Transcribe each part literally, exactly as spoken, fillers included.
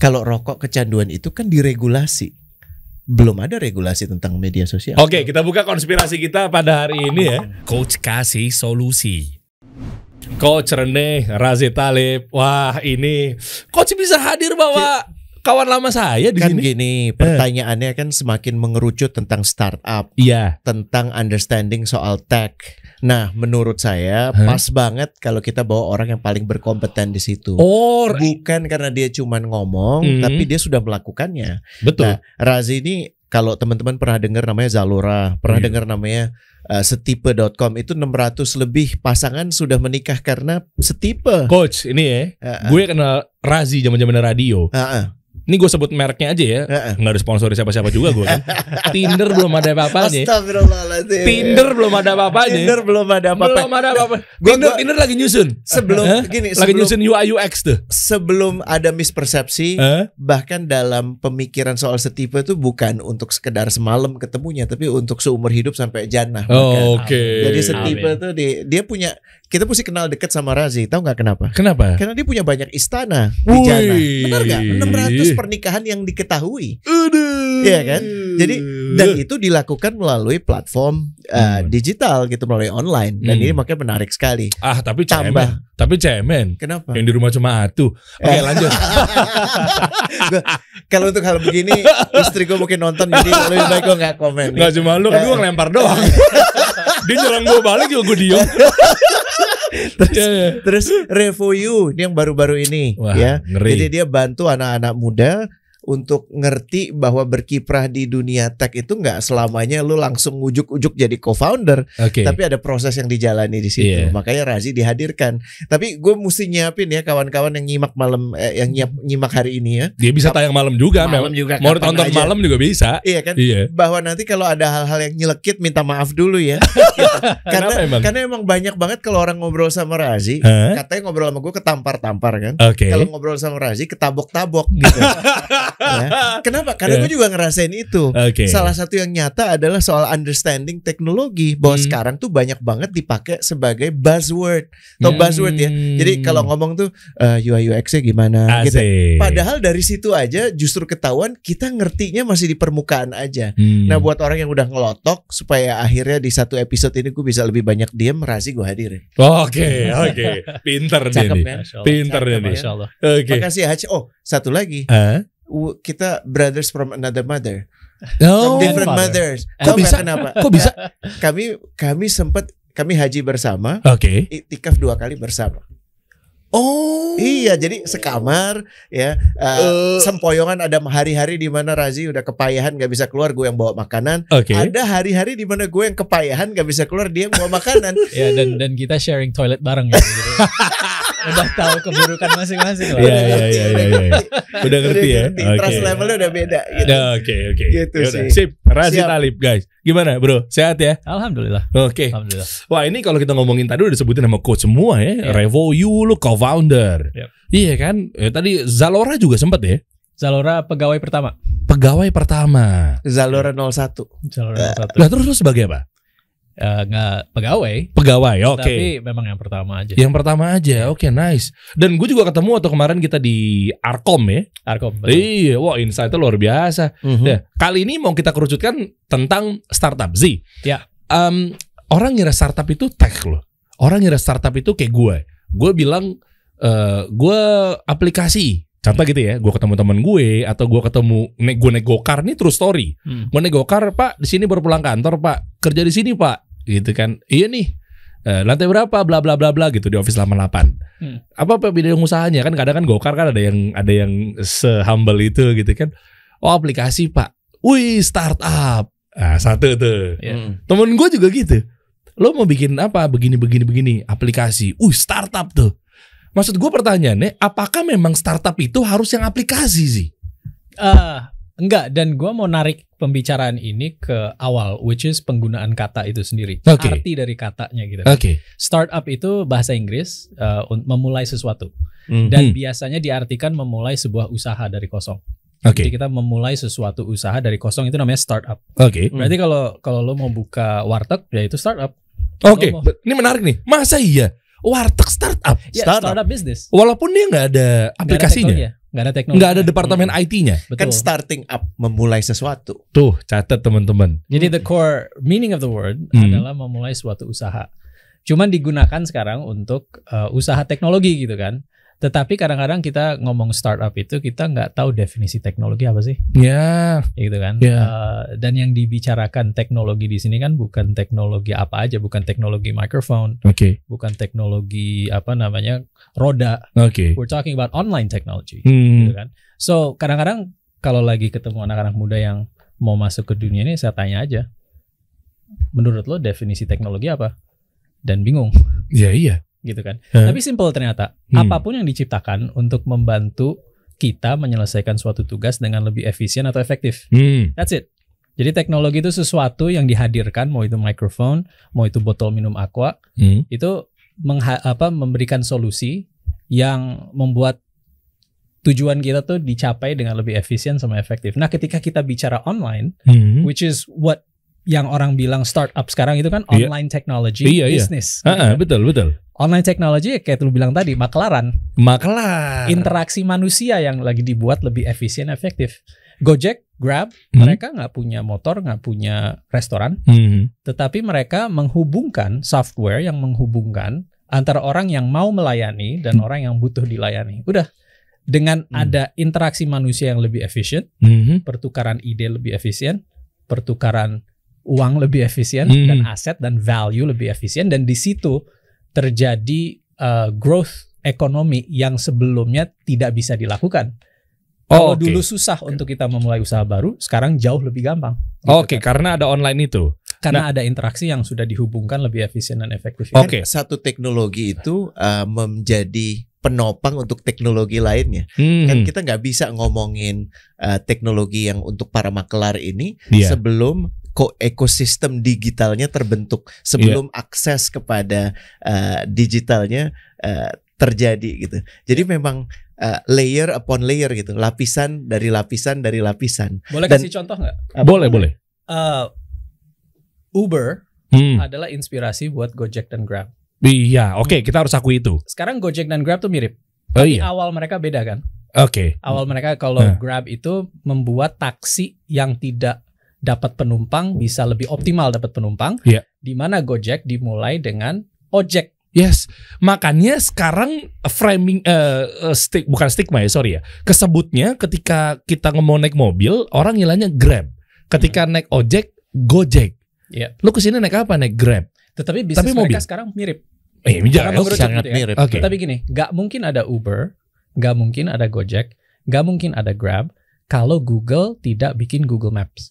kalau rokok kecanduan itu kan diregulasi. Belum ada regulasi tentang media sosial. Oke, kita buka konspirasi kita pada hari ini ya. Coach kasih solusi. Coach Rene Razi Talib. Wah, ini Coach bisa hadir bawa kawan lama saya di kan sini. Gini, pertanyaannya kan semakin mengerucut tentang startup, Iya. tentang understanding soal tech. Nah, menurut saya Hah? pas banget kalau kita bawa orang yang paling berkompeten di situ. Oh, Bukan karena dia cuman ngomong, Hmm. tapi dia sudah melakukannya. betul. Nah, Razi ini kalau teman-teman pernah dengar namanya Zalora, pernah Iya. dengar namanya uh, setipe dot com, itu enam ratus lebih pasangan sudah menikah karena setipe. Coach, ini ya. Uh, Gue kenal Razi zaman-zaman radio. uh, uh, Ini gue sebut mereknya aja ya. uh, uh. Nggak ada sponsor siapa-siapa juga gue kan. Tinder belum ada apa-apanya. Astagfirullahaladzim. Tinder belum ada apa-apanya. Tinder belum ada apa-apa. Belum ada apa-apa. Gua- Tinder, gua- Tinder lagi nyusun. Sebelum Hah? gini, Lagi sebelum, nyusun U I U X tuh. sebelum ada mispersepsi, Hah? bahkan dalam pemikiran soal setipe itu bukan untuk sekedar semalam ketemunya, tapi untuk seumur hidup sampai jannah. Oh, bahkan. Oke. Jadi setipe Amin. tuh di, dia punya, kita mesti kenal dekat sama Razi. Tahu nggak kenapa? Kenapa? Karena dia punya banyak istana di Wih. Jannah. Benar nggak? enam ratus pernikahan yang diketahui. Aduh. Iya kan? Jadi dan itu dilakukan melalui platform uh, Hmm. digital gitu, melalui online. Dan Hmm. ini makanya menarik sekali. Ah, tapi Tambah. cemen. Tapi cemen. Kenapa? Yang di rumah cuma atu. Oke, lanjut. Gua- Kalau untuk hal begini, istri gue mungkin nonton, jadi lebih baik gue nggak komen. nih. Enggak cuma lu, kan gue ngelempar doang. Dia nyerang gue balik juga gue diem. Terus, Ya, ya. terus Revo You, ini yang baru-baru ini, Wah, ya. ngeri. Jadi dia bantu anak-anak muda untuk ngerti bahwa berkiprah di dunia tech itu nggak selamanya lu langsung ujuk-ujuk jadi co-founder, Oke. tapi ada proses yang dijalani di situ. Iya. Makanya Razi dihadirkan. Tapi gue mesti nyiapin ya kawan-kawan yang nyimak malam, eh, yang nyiap, nyimak hari ini ya. Dia bisa tayang malam juga, Malam Mel. juga, Mau kapan tonton aja. malam juga bisa. Iya kan? Iya. Bahwa nanti kalau ada hal-hal yang nyelekit minta maaf dulu ya. karena Kenapa emang? karena emang banyak banget kalau orang ngobrol sama Razi, Hah? katanya ngobrol sama gue ketampar-tampar kan. Oke. Kalau ngobrol sama Razi ketabok-tabok gitu. Ya. Kenapa? Karena Ya. gue juga ngerasain itu. Oke. Salah satu yang nyata adalah soal understanding teknologi, bahwa Hmm. sekarang tuh banyak banget dipakai sebagai buzzword. Atau Hmm. buzzword ya. Jadi kalau ngomong tuh uh, U I U X-nya gimana gitu. Asik. Padahal dari situ aja justru ketahuan kita ngertinya masih di permukaan aja. Hmm. Nah, buat orang yang udah ngelotok supaya akhirnya di satu episode ini gue bisa lebih banyak diem, Razi gue hadirin. Oke, oke. Pinter dia Cakep nih. ya. Masya Allah. Pinter dia Cakep, nih. Masya Allah. Oke. Makasih ya Haji. Oh, satu lagi. Hah? W- Kita brothers from another mother. Oh, From different father. mothers. Kok Tahu nggak bisa? kenapa? Kok bisa? Kami kami sempat kami haji bersama, Oke. iktikaf dua kali bersama. Oh. Iya, jadi sekamar ya. uh, Eh. sempoyongan ada hari-hari di mana Razi udah kepayahan gak bisa keluar, gue yang bawa makanan. Oke. Ada hari-hari di mana gue yang kepayahan gak bisa keluar, dia yang bawa makanan. Ya dan dan kita sharing toilet bareng gitu. Jadi, udah tahu keburukan masing-masing lah. Iya, iya, iya, iya, iya. Udah ngerti ya. ngerti. Oke. Trust levelnya udah beda gitu. Ya, Oke, oke. Gitu Yaudah, sih. Sip. Razi Siap. Talib, guys. Gimana, Bro? Sehat ya? Alhamdulillah. Oke. Alhamdulillah. Wah, ini kalau kita ngomongin tadi udah disebutin sama coach semua ya. Iya. Revo You lu co-founder. Yep. Iya kan? Eh, tadi Zalora juga sempat ya. Zalora pegawai pertama. Pegawai pertama. Zalora nol satu. Zalora satu. Lah terus lu sebagai apa? Eh, nggak pegawai. Pegawai. Oke. Tapi memang yang pertama aja. Yang pertama aja. Oke, nice. Dan gue juga ketemu waktu kemarin kita di Arkom ya. Iya, Arkom. Betul. wah insight-nya luar biasa. Mhm. Ya, kali ini mau kita kerucutkan tentang startup Z. Ya. Em, orang ngira startup itu tech loh. Orang ngira startup itu kayak gue. Gue bilang eh gue aplikasi. Contoh gitu ya, gue ketemu teman gue atau gue ketemu nek gue naik gokar nih true story. Hmm. Gue naik gokar, Pak, di sini baru pulang kantor, Pak. Kerja di sini, Pak. Gitu kan. Iya nih. Eh, lantai berapa bla bla bla bla gitu di office delapan puluh delapan. Hmm. Apa apa bidang usahanya kan kadang kan gokar kan ada yang ada yang se-humble itu gitu kan. Oh, aplikasi, Pak. Wih, startup. Nah, satu tuh. Ya. Hmm. Temen gue juga gitu. Lo mau bikin apa? Begini begini begini, aplikasi. Wih, startup tuh. Maksud gue pertanyaannya, apakah memang startup itu harus yang aplikasi sih? Ah, enggak, dan gue mau narik pembicaraan ini ke awal, which is penggunaan kata itu sendiri. Oke. Arti dari katanya gitu. Oke. Startup itu bahasa Inggris, uh, un- memulai sesuatu. Hmm. Dan biasanya diartikan memulai sebuah usaha dari kosong. Oke. Jadi kita memulai sesuatu usaha dari kosong itu namanya startup. Oke. Berarti kalau kalau lo mau buka warteg, ya itu startup. Oke. Lo mau- Ini menarik nih. Masa iya warteg startup? Ya, Startup. startup business. Walaupun dia nggak ada Nggak ada aplikasinya. teknologi ya. nggak ada teknologi. Nggak ada departemen I T-nya. Kan starting up, memulai sesuatu. Tuh, catat teman-teman. Jadi the core meaning of the word Hmm. adalah memulai suatu usaha. Cuman digunakan sekarang untuk uh, usaha teknologi gitu kan. Tetapi kadang-kadang kita ngomong startup itu kita nggak tahu definisi teknologi apa sih, Ya. gitu kan. Ya. Uh, dan yang dibicarakan teknologi di sini kan bukan teknologi apa aja, bukan teknologi microphone, Oke. bukan teknologi apa namanya roda. Oke. We're talking about online technology, Hmm. gitu kan. So kadang-kadang kalau lagi ketemu anak-anak muda yang mau masuk ke dunia ini, saya tanya aja, menurut lo definisi teknologi apa? Dan bingung, Ya iya. gitu kan. Hah? Tapi simple ternyata. Hmm. Apapun yang diciptakan untuk membantu kita menyelesaikan suatu tugas dengan lebih efisien atau efektif. Hmm. That's it. Jadi teknologi itu sesuatu yang dihadirkan, mau itu microphone, mau itu botol minum aqua, Hmm. itu mengha- apa, memberikan solusi yang membuat tujuan kita tuh dicapai dengan lebih efisien sama efektif. Nah, ketika kita bicara online, Hmm. which is what yang orang bilang startup sekarang itu kan Iya. online technology Iya, iya. business. gitu Ah, ah, kan. betul, betul. Online technology kayak lu bilang tadi, makelaran. Makelar. Interaksi manusia yang lagi dibuat lebih efisien, efektif. Gojek, Grab, Hmm. mereka nggak punya motor, nggak punya restoran, Hmm. tetapi mereka menghubungkan software yang menghubungkan antara orang yang mau melayani dan orang yang butuh dilayani. Udah, dengan Hmm. ada interaksi manusia yang lebih efisien, Hmm. pertukaran ide lebih efisien, pertukaran uang lebih efisien, Hmm. dan aset dan value lebih efisien, dan di situ terjadi uh, growth ekonomi yang sebelumnya tidak bisa dilakukan. Oh, Kalau oke. dulu susah untuk kita memulai usaha baru, sekarang jauh lebih gampang. gitu Oke, kan. karena ada online itu. Karena ada interaksi yang sudah dihubungkan lebih efisien dan efektif. Kan Oke. satu teknologi itu uh, menjadi penopang untuk teknologi lainnya. Hmm. Kan kita nggak bisa ngomongin uh, teknologi yang untuk para makelar ini Iya. sebelum ko ekosistem digitalnya terbentuk, sebelum akses kepada uh, digitalnya uh, terjadi gitu. Jadi memang uh, layer upon layer gitu, lapisan dari lapisan dari lapisan. Boleh Dan- kasih contoh nggak? Boleh, boleh. Uh, Uber Hmm. adalah inspirasi buat Gojek dan Grab. Iya, oke, kita harus akui itu. Sekarang Gojek dan Grab tuh mirip. Oh Tapi iya. awal mereka beda kan? Oke. Awal mereka kalau Nah. Grab itu membuat taksi yang tidak dapat penumpang bisa lebih optimal dapat penumpang. Iya. Di mana Gojek dimulai dengan ojek. Yes, makanya sekarang framing eh eh, stick bukan stigma ya, sorry ya. Kesebutnya ketika kita mau naik mobil, orang ngilangnya Grab. Ketika naik ojek, Gojek. Iya. Lu kesini naik apa? Naik Grab. Tetapi bisnis Tapi mereka mobil. sekarang mirip. Eh, Karena jangan mengerucut sangat gitu ya. mirip. Oke. Tapi gini, nggak mungkin ada Uber, nggak mungkin ada Gojek, nggak mungkin ada Grab kalau Google tidak bikin Google Maps.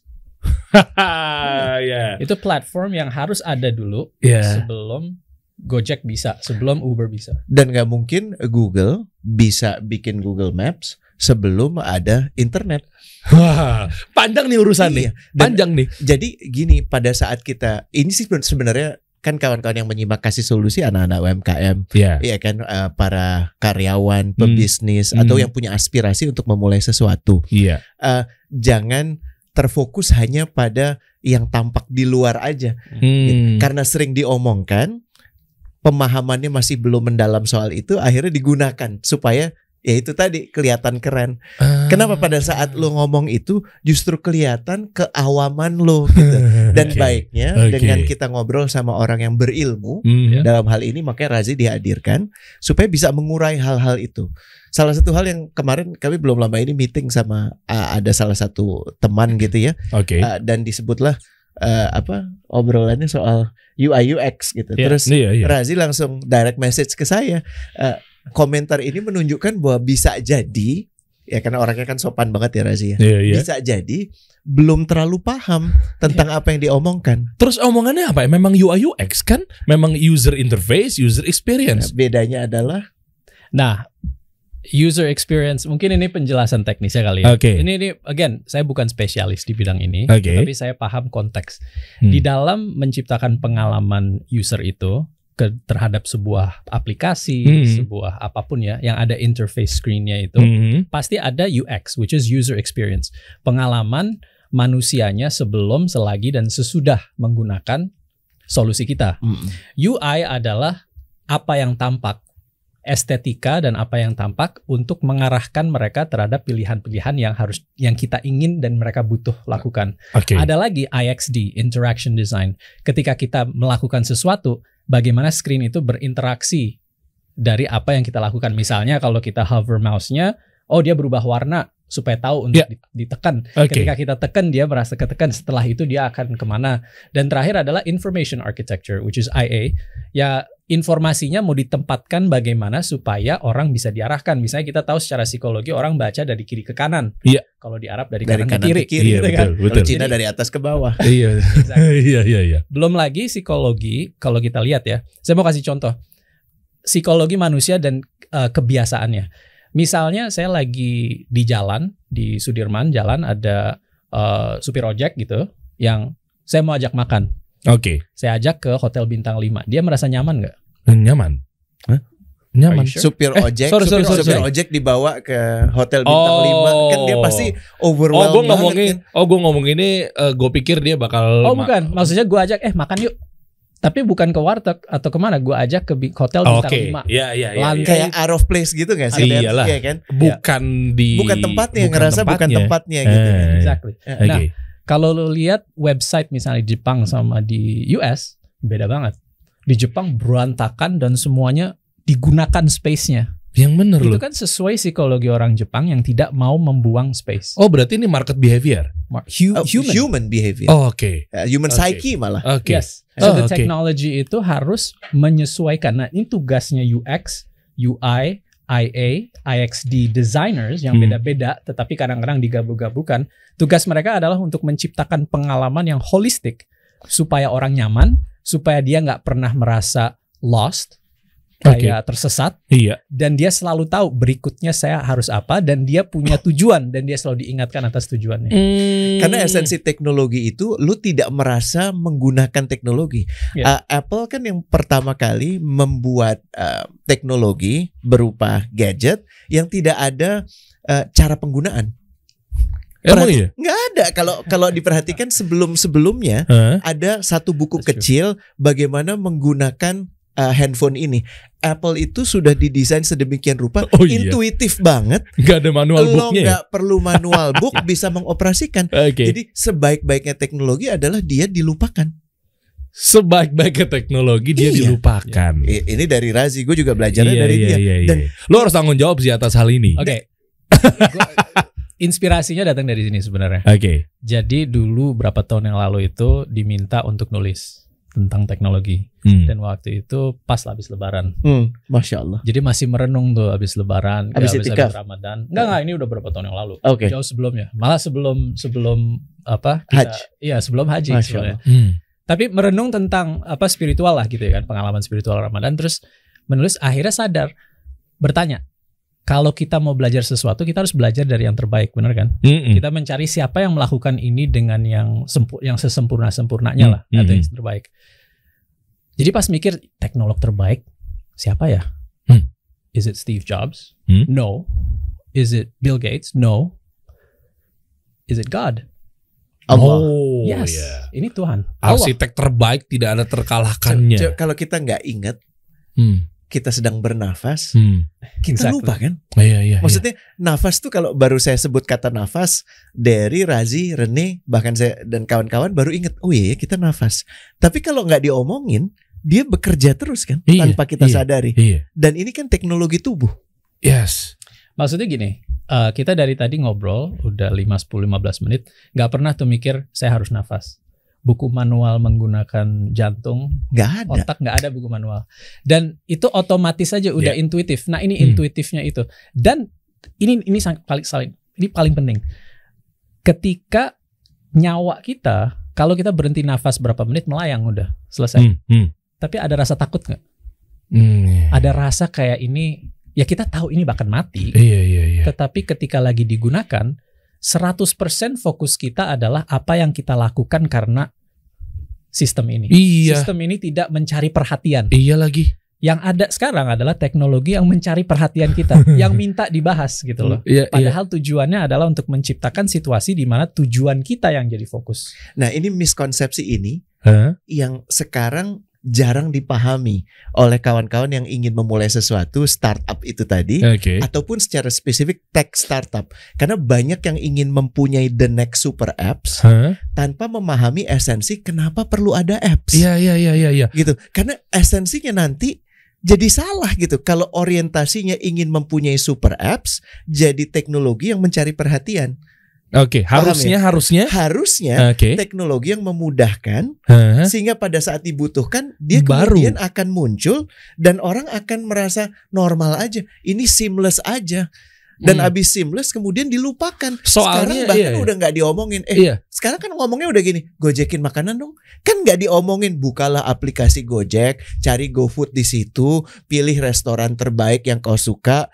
ya. Itu platform yang harus ada dulu Ya. sebelum Gojek bisa, sebelum Uber bisa. Dan nggak mungkin Google bisa bikin Google Maps sebelum ada internet. Wah, panjang nih urusan nih. Iya. Dan Panjang nih. jadi gini, pada saat kita ini sih sebenarnya kan kawan-kawan yang menyimak kasih solusi anak-anak U M K M, Ya. iya kan, eh, para karyawan, pebisnis atau Hmm. yang punya aspirasi untuk memulai sesuatu. Iya. Jangan terfokus hanya pada yang tampak di luar aja. Hmm. Karena sering diomongkan, pemahamannya masih belum mendalam soal itu, akhirnya digunakan supaya ya itu tadi kelihatan keren. Ah. Kenapa pada saat lo ngomong itu justru kelihatan keawaman lo gitu. Dan Oke. baiknya Oke. dengan kita ngobrol sama orang yang berilmu Hmm. dalam hal ini, makanya Razi dihadirkan supaya bisa mengurai hal-hal itu. Salah satu hal yang kemarin kami belum lama ini meeting sama uh, ada salah satu teman gitu ya, Oke. uh, dan disebutlah uh, apa obrolannya soal U I U X gitu. Iya. Terus Iya, iya. Razi langsung direct message ke saya. Uh, komentar ini menunjukkan bahwa bisa jadi, ya karena orangnya kan sopan banget ya Razi ya. Iya, iya. Bisa jadi belum terlalu paham tentang apa yang diomongkan. Terus omongannya apa? Memang U I U X kan? Memang user interface, user Nah, experience. bedanya adalah Nah, user experience, mungkin ini penjelasan teknisnya kali ya. Oke. Ini, ini again, saya bukan spesialis di bidang ini, Oke. tapi saya paham konteks. Hmm. Di dalam menciptakan pengalaman user itu ke terhadap sebuah aplikasi, Hmm. sebuah apapun ya, yang ada interface screen-nya itu, Hmm. pasti ada U X, which is user experience. Pengalaman manusianya sebelum, selagi, dan sesudah menggunakan solusi kita. mm, U I adalah apa yang tampak. estetika dan apa yang tampak untuk mengarahkan mereka terhadap pilihan-pilihan yang harus yang kita ingin dan mereka butuh lakukan. Oke. Ada lagi I X D, interaction design. Ketika kita melakukan sesuatu, bagaimana screen itu berinteraksi dari apa yang kita lakukan. Misalnya kalau kita hover mouse-nya, oh dia berubah warna supaya tahu untuk Ya. ditekan. Oke. Ketika kita tekan, dia merasa ketekan. Setelah itu dia akan kemana. Dan terakhir adalah information architecture, which is I A. Ya, informasinya mau ditempatkan bagaimana supaya orang bisa diarahkan. Misalnya kita tahu secara psikologi orang baca dari kiri ke kanan. Iya. Kalau di Arab dari, Dari kanan, kanan ke kiri. ke kiri, Iya, gitu kan. betul, betul. Kalau Cina Jadi- dari atas ke bawah. Iya. Exactly. Iya, iya, iya. Belum lagi psikologi, kalau kita lihat ya. Saya mau kasih contoh. Psikologi manusia dan uh, kebiasaannya. Misalnya saya lagi di jalan, di Sudirman, jalan ada uh, supir ojek gitu, yang saya mau ajak makan. Oke. Saya ajak ke hotel bintang lima. Dia merasa nyaman nggak? Nyaman. Hah? Nyaman. Are you sure? Supir Eh, ojek, sorry, supir, sorry, sorry, supir sorry. ojek dibawa ke hotel bintang Oh. lima, kan dia pasti Oh, overwhelmed gue banget ngomongin, kan. oh gue ngomong ini, gue pikir dia bakal. Oh ma- bukan, maksudnya gue ajak, eh makan yuk. Tapi bukan ke warteg atau kemana, gue ajak ke bi- hotel Oh, bintang Oke. lima. Iya, iya, iya. Lantai- iya. Kayak out of place gitu gak sih? Dan- Iyalah. Iya kan? Bukan di. Bukan tempatnya, ngerasa bukan tempatnya gitu. Eh, Exactly. Oke. Nah, kalau lo lihat website misalnya di Jepang sama di U S, beda banget. Di Jepang berantakan dan semuanya digunakan space-nya. Yang bener Itu loh. kan sesuai psikologi orang Jepang yang tidak mau membuang space. Oh berarti ini market behavior. Hu- Oh, human. human behavior. Oh, Oke. Uh, human Oke. psyche malah. Oke. Yes. So Oh, the oke. technology itu harus menyesuaikan. Nah, ini tugasnya U X, U I, I A, I X D designers yang Hmm. beda-beda, tetapi kadang-kadang digabung-gabungkan. Tugas mereka adalah untuk menciptakan pengalaman yang holistik supaya orang nyaman, supaya dia nggak pernah merasa lost, kayak tersesat, Iya. dan dia selalu tahu berikutnya saya harus apa, dan dia punya tujuan, dan dia selalu diingatkan atas tujuannya. Karena esensi teknologi itu lu tidak merasa menggunakan teknologi. Ya. Uh, Apple kan yang pertama kali membuat uh, teknologi berupa gadget yang tidak ada uh, cara penggunaan. Emang Perhati- iya? Nggak ada. Kalau kalau diperhatikan sebelum-sebelumnya Hah? ada satu buku That's true. kecil bagaimana menggunakan uh, handphone ini. Apple itu sudah didesain sedemikian rupa, Oh iya. intuitif banget. Gak ada manual Lo booknya. ya? nggak perlu manual book bisa mengoperasikan. Oke. Jadi sebaik-baiknya teknologi adalah dia dilupakan. Sebaik-baiknya teknologi dia Iya. dilupakan. I- Ini dari Razi, gue juga belajarnya Iya, dari iya, dia. iya, iya. Dan Lo harus tanggung jawab sih atas hal ini. Oke. Gua- Inspirasinya datang dari sini sebenarnya. Oke. Jadi dulu berapa tahun yang lalu itu diminta untuk nulis tentang teknologi. Hmm. Dan waktu itu pas habis lebaran. hmm, Masya Allah. Jadi masih merenung tuh habis lebaran, Habis habis, itikaf? habis Ramadan. Enggak enggak, ini udah berapa tahun yang lalu. Oke. Jauh sebelumnya. Malah sebelum sebelum apa? kita- Hajj. Iya, sebelum haji Masya sebenarnya. Hmm. Tapi merenung tentang apa spiritual lah gitu ya kan, pengalaman spiritual Ramadan, terus menulis, akhirnya sadar, bertanya, kalau kita mau belajar sesuatu kita harus belajar dari yang terbaik, benar kan? Mm-mm. Kita mencari siapa yang melakukan ini dengan yang sempu, yang sesempurna-sempurnanya lah, Hmm, atau hmm, yang terbaik. Jadi pas mikir teknolog terbaik siapa ya? Hmm. Is it Steve Jobs? Hmm. No. Is it Bill Gates? No. Is it God? Allah. Oh, Yes. iya. Ini Tuhan. Allah. Arsitek terbaik tidak ada terkalahkannya. Co- Kalau kita nggak ingat, Hmm. kita sedang bernafas, Hmm. kita Exactly. lupa kan? Iya, iya, iya. Maksudnya nafas tuh kalau baru saya sebut kata nafas, dari Razi, Rene, bahkan saya dan kawan-kawan baru ingat, oh iya ya, kita nafas. Tapi kalau nggak diomongin, dia bekerja terus kan, Iya, tanpa kita iya. sadari. Iya. Dan ini kan teknologi tubuh. Yes. Maksudnya gini, uh, kita dari tadi ngobrol udah lima, sepuluh, lima belas menit, nggak pernah tuh mikir saya harus nafas. Buku manual menggunakan jantung, Nggak ada. otak, nggak ada buku manual. Dan itu otomatis saja udah Yeah. intuitif. Nah ini Hmm. intuitifnya itu. Dan ini ini sang- paling paling ini paling penting. Ketika nyawa kita, kalau kita berhenti nafas berapa menit melayang udah selesai. Hmm. Hmm. Tapi ada rasa takut nggak? Hmm. Ada rasa kayak ini, ya kita tahu ini bahkan mati. Iya, iya, iya. Tetapi ketika lagi digunakan, seratus persen fokus kita adalah apa yang kita lakukan karena sistem ini. Iya. Sistem ini tidak mencari perhatian. Iya lagi. Yang ada sekarang adalah teknologi yang mencari perhatian kita, yang minta dibahas gitu loh. Iya, iya. Padahal tujuannya adalah untuk menciptakan situasi di mana tujuan kita yang jadi fokus. Nah ini miskonsepsi ini Hah? yang sekarang jarang dipahami oleh kawan-kawan yang ingin memulai sesuatu startup itu tadi, Oke. ataupun secara spesifik tech startup. Karena banyak yang ingin mempunyai the next super apps Hah? tanpa memahami esensi kenapa perlu ada apps. Iya iya iya iya iya. Gitu. Karena esensinya nanti jadi salah gitu. Kalau orientasinya ingin mempunyai super apps, jadi teknologi yang mencari perhatian. Oke, Paham harusnya ya? harusnya Harusnya Oke. teknologi yang memudahkan, Hah? sehingga pada saat dibutuhkan dia Baru. kemudian akan muncul dan orang akan merasa normal aja. Ini seamless aja. Dan Hmm. abis seamless kemudian dilupakan. Soalnya, sekarang bahkan iya, iya. udah nggak diomongin. Eh, Iya. sekarang kan ngomongnya udah gini, gojekin makanan dong. Kan nggak diomongin, bukalah aplikasi Gojek, cari GoFood di situ, pilih restoran terbaik yang kau suka.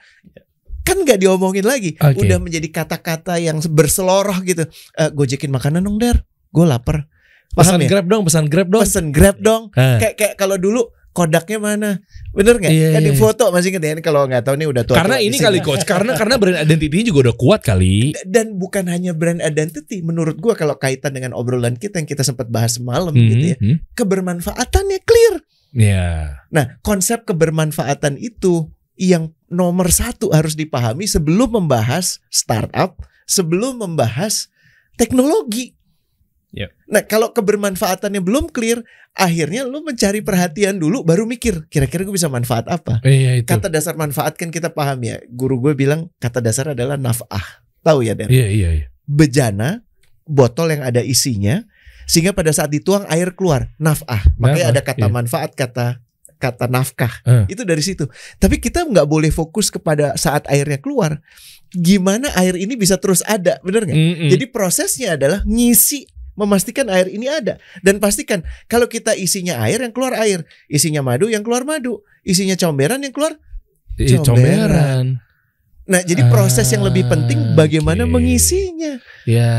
Kan nggak diomongin lagi. Oke. Udah menjadi kata-kata yang berseloroh gitu. Eh, gojekin makanan dong, Der. Gue lapar. Paham Pesan ya? Grab dong, pesan Grab dong. Pesen Grab dong. Hah. Kayak kayak kalau dulu Kodaknya mana? Bener nggak? Iya, Kan iya, di iya. foto masih inget ya. Ini kalau nggak tahu nih udah tua. Karena ini kali coach, karena karena brand identity-nya juga udah kuat kali. Dan bukan hanya brand identity, menurut gua kalau kaitan dengan obrolan kita yang kita sempat bahas semalam Hmm, gitu ya, hmm. kebermanfaatannya clear. Ya. Nah, konsep kebermanfaatan itu yang nomor satu harus dipahami sebelum membahas startup, sebelum membahas teknologi. Yep. Nah, kalau kebermanfaatannya belum clear, akhirnya lu mencari perhatian dulu, baru mikir kira-kira gue bisa manfaat apa. Iya itu. Kata dasar manfaat kan kita paham ya. Guru gue bilang kata dasar adalah naf'ah. Tahu ya, Der? Iya iya iya. Bejana, botol yang ada isinya, sehingga pada saat dituang air keluar, naf'ah. Makanya Naf'ah, ada kata iya. manfaat, kata kata nafkah. Eh. Itu dari situ. Tapi kita nggak boleh fokus kepada saat airnya keluar. Gimana air ini bisa terus ada, bener nggak? Mm-mm. Jadi prosesnya adalah ngisi, memastikan air ini ada. Dan pastikan kalau kita isinya air, yang keluar air. Isinya madu, yang keluar madu. Isinya comberan, yang keluar. Iya, comberan. comberan. Nah, jadi proses yang lebih penting bagaimana Oke. mengisinya. Ya,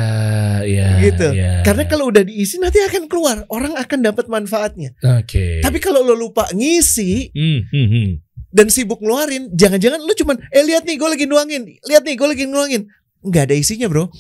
ya. Gitu. ya. Karena kalau udah diisi nanti akan keluar. Orang akan dapat manfaatnya. Oke. Tapi kalau lo lupa ngisi Hmm, hmm, hmm. dan sibuk ngeluarin, jangan-jangan lo cuman eh lihat nih gue lagi nuangin, lihat nih gue lagi nuangin. Nggak ada isinya, bro.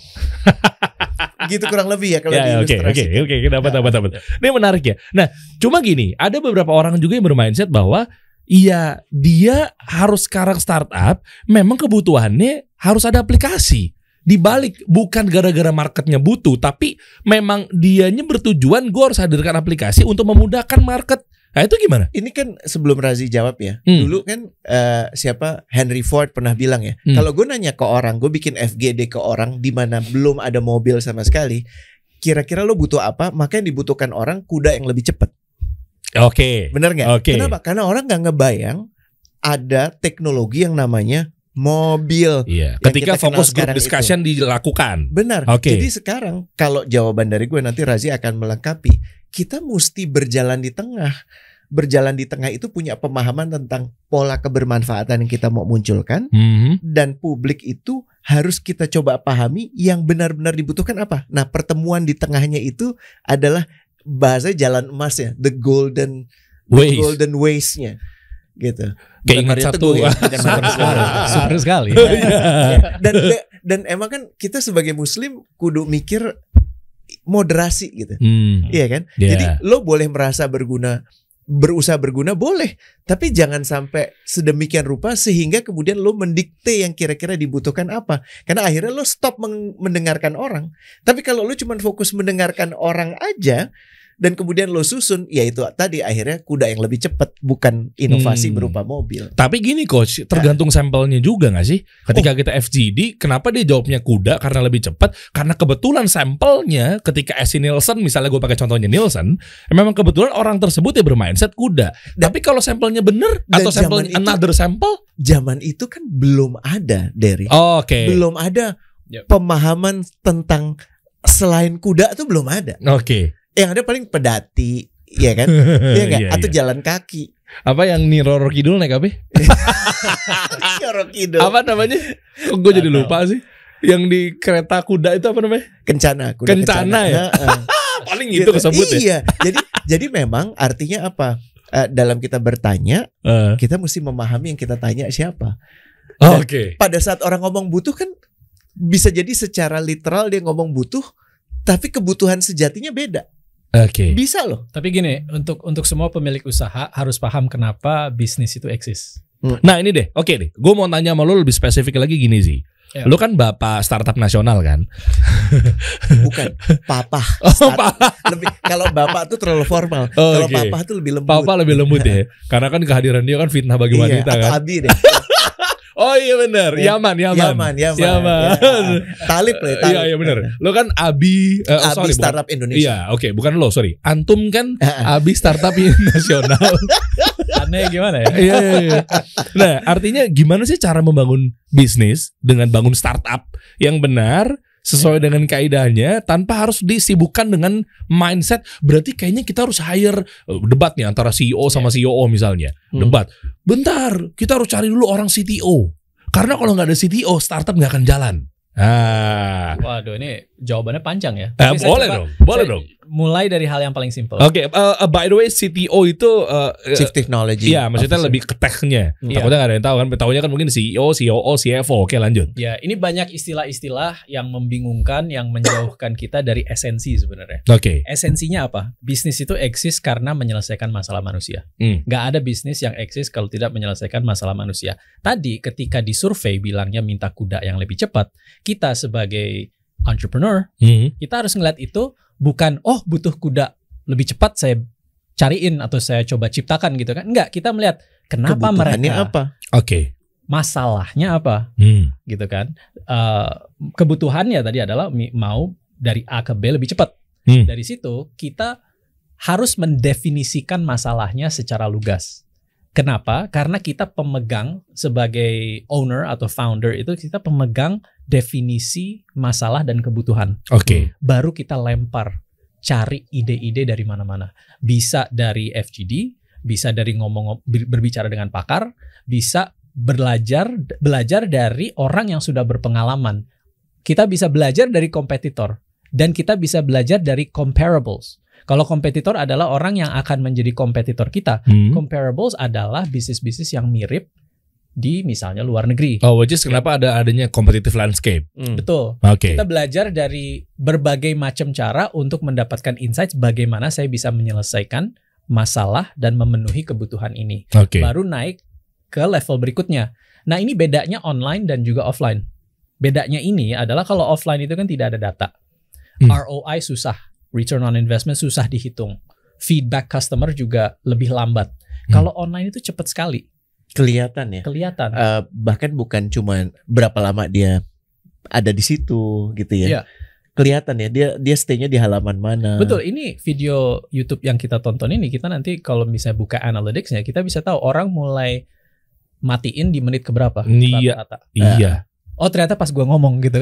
Gitu kurang lebih ya kalau Ya, ya, oke, diilustrasi. oke, oke, dapat, dapat, dapat. Ini menarik ya. Nah, cuma gini, ada beberapa orang juga yang bermindset bahwa iya, dia harus sekarang startup, memang kebutuhannya harus ada aplikasi. Dibalik, bukan gara-gara marketnya butuh, tapi memang dianya bertujuan gue harus hadirkan aplikasi untuk memudahkan market. Nah itu gimana? Ini kan sebelum Razi jawab ya. Hmm. Dulu kan eh, siapa Henry Ford pernah bilang ya. Hmm. Kalau gue nanya ke orang, gue bikin F G D ke orang di mana belum ada mobil sama sekali. Kira-kira lo butuh apa? Maka yang dibutuhkan orang kuda yang lebih cepat. Oke. Bener nggak? Oke. Kenapa? Karena orang nggak ngebayang ada teknologi yang namanya mobil. Iya. Yang Ketika kita kenal fokus group sekarang discussion dilakukan. Benar. Oke. Jadi sekarang kalau jawaban dari gue nanti Razi akan melengkapi. Kita mesti berjalan di tengah. Berjalan di tengah itu punya pemahaman tentang pola kebermanfaatan yang kita mau munculkan. Mhm. Dan publik itu harus kita coba pahami yang benar-benar dibutuhkan apa. Nah, pertemuan di tengahnya itu adalah bahasa jalan emas ya, the golden Ways. golden ways-nya gitu. Kayak Bukan ingat Mario satu. Teguh ya, bukan Mario Teguh. Super sekali. dan dan emang kan kita sebagai muslim kudu mikir moderasi gitu. Hmm. Iya kan? Iya. Jadi lo boleh merasa berguna, berusaha berguna boleh, tapi jangan sampai sedemikian rupa sehingga kemudian lo mendikte yang kira-kira dibutuhkan apa. Karena akhirnya lo stop meng- mendengarkan orang. Tapi kalau lo cuma fokus mendengarkan orang aja dan kemudian lo susun, ya itu tadi akhirnya kuda yang lebih cepat, bukan inovasi Hmm. berupa mobil. Tapi gini coach, tergantung sampelnya juga gak sih? Ketika kita F G D, kenapa dia jawabnya kuda karena lebih cepat? Karena kebetulan sampelnya ketika S C Nielsen, misalnya gue pakai contohnya Nielsen, memang kebetulan orang tersebut ya bermindset kuda. Tapi kalau sampelnya bener Dan atau sampel zaman itu- another sample? Zaman itu kan belum ada, Derry. Oke. Belum ada Yep. pemahaman tentang selain kuda tuh belum ada. Oke. Yang ada paling pedati, ya kan? Iya nggak? Iya, Atau iya. jalan kaki. Apa yang Nyi Roro Kidul naik apa? Yorok Kidul. Apa namanya? Kok gue jadi lupa sih? Yang di kereta kuda itu apa namanya? Kencana, kuda Kencana ya? Heeh. Paling itu kesebut ya. Iya. Jadi jadi memang artinya apa? Eh, dalam kita bertanya, Eh, kita mesti memahami yang kita tanya siapa. Oke. Pada saat orang ngomong butuh kan bisa jadi secara literal dia ngomong butuh, tapi kebutuhan sejatinya beda. Oke. Bisa loh. Tapi gini, untuk untuk semua pemilik usaha harus paham kenapa bisnis itu eksis. Nah ini deh, oke deh. Gue mau tanya sama lo lebih spesifik lagi gini sih. Ya. Lo kan bapak startup nasional kan? Bukan papa. Oh, Start- papa. lebih kalau bapak tuh terlalu formal. Oh, Kalau oke. papa tuh lebih lembut. Papa lebih lembut ya. Karena kan kehadiran dia kan fitnah bagi Iya, wanita atau kan. Abi deh. Oh iya benar, Ya. Yaman, Yaman. Yaman, Yaman. Yaman. Ya. Talib loh, Talib. Iya iya benar. Lo kan Abi, eh, oh, Abi sorry, bukan. Startup Indonesia. Iya, oke, bukan lo, sorry. Antum kan Ah, Abi Startup Nasional. Aneh gimana ya? Iya iya iya. Nah, artinya gimana sih cara membangun bisnis dengan bangun startup yang benar sesuai dengan kaidahnya tanpa harus disibukkan dengan mindset. Berarti kayaknya kita harus hire uh, debat nih antara C E O sama C O O misalnya. Hmm. Debat. Bentar, kita harus cari dulu orang C T O. Karena kalau nggak ada C T O, startup nggak akan jalan. Ah, Waduh, ini jawabannya panjang ya. Eh, Tapi saya boleh coba- dong, boleh saya dong. Mulai dari hal yang paling simpel. Oke, uh, uh, by the way C T O itu uh, Chief Technology. Iya, maksudnya Officer. lebih ke technya. Iya. Takutnya nggak ada yang tahu kan. Tahunya kan mungkin C E O, C O O, C F O. Oke, lanjut. Ya, ini banyak istilah-istilah yang membingungkan, yang menjauhkan kita dari esensi sebenarnya. Oke. Esensinya apa? Bisnis itu eksis karena menyelesaikan masalah manusia. Hmm. Nggak ada bisnis yang eksis kalau tidak menyelesaikan masalah manusia. Tadi ketika disurvei bilangnya minta kuda yang lebih cepat, kita sebagai entrepreneur, Hmm. kita harus ngeliat itu bukan, oh butuh kuda lebih cepat saya cariin atau saya coba ciptakan gitu kan. Enggak, kita melihat kenapa Kebutuhannya mereka, apa? Oke. masalahnya apa Hmm. gitu kan. Eh, kebutuhannya tadi adalah mi- mau dari A ke B lebih cepat. Hmm. Dari situ kita harus mendefinisikan masalahnya secara lugas. Kenapa? Karena kita pemegang sebagai owner atau founder itu kita pemegang definisi masalah dan kebutuhan. Oke. Baru kita lempar, cari ide-ide dari mana-mana. Bisa dari F G D, bisa dari ngomong berbicara dengan pakar, bisa belajar belajar dari orang yang sudah berpengalaman. Kita bisa belajar dari kompetitor dan kita bisa belajar dari comparables. Kalau kompetitor adalah orang yang akan menjadi kompetitor kita. Hmm. Comparables adalah bisnis-bisnis yang mirip di misalnya luar negeri. Oh, which is kenapa ada adanya competitive landscape. Hmm. Betul. Oke. Kita belajar dari berbagai macam cara untuk mendapatkan insights bagaimana saya bisa menyelesaikan masalah dan memenuhi kebutuhan ini. Oke. Baru naik ke level berikutnya. Nah, ini bedanya online dan juga offline. Bedanya ini adalah kalau offline itu kan tidak ada data. Hmm. R O I susah, return on investment susah dihitung. Feedback customer juga lebih lambat. Hmm. Kalau online itu cepat sekali, Kelihatan ya. kelihatan. Eh, bahkan bukan cuma berapa lama dia ada di situ gitu ya. Iya. Kelihatan ya dia dia stay-nya di halaman mana. Betul, ini video YouTube yang kita tonton ini, kita nanti kalau misalnya buka analytics-nya, kita bisa tahu orang mulai matiin di menit keberapa. Iya. rata-rata. Iya. Oh ternyata pas gua ngomong gitu kan.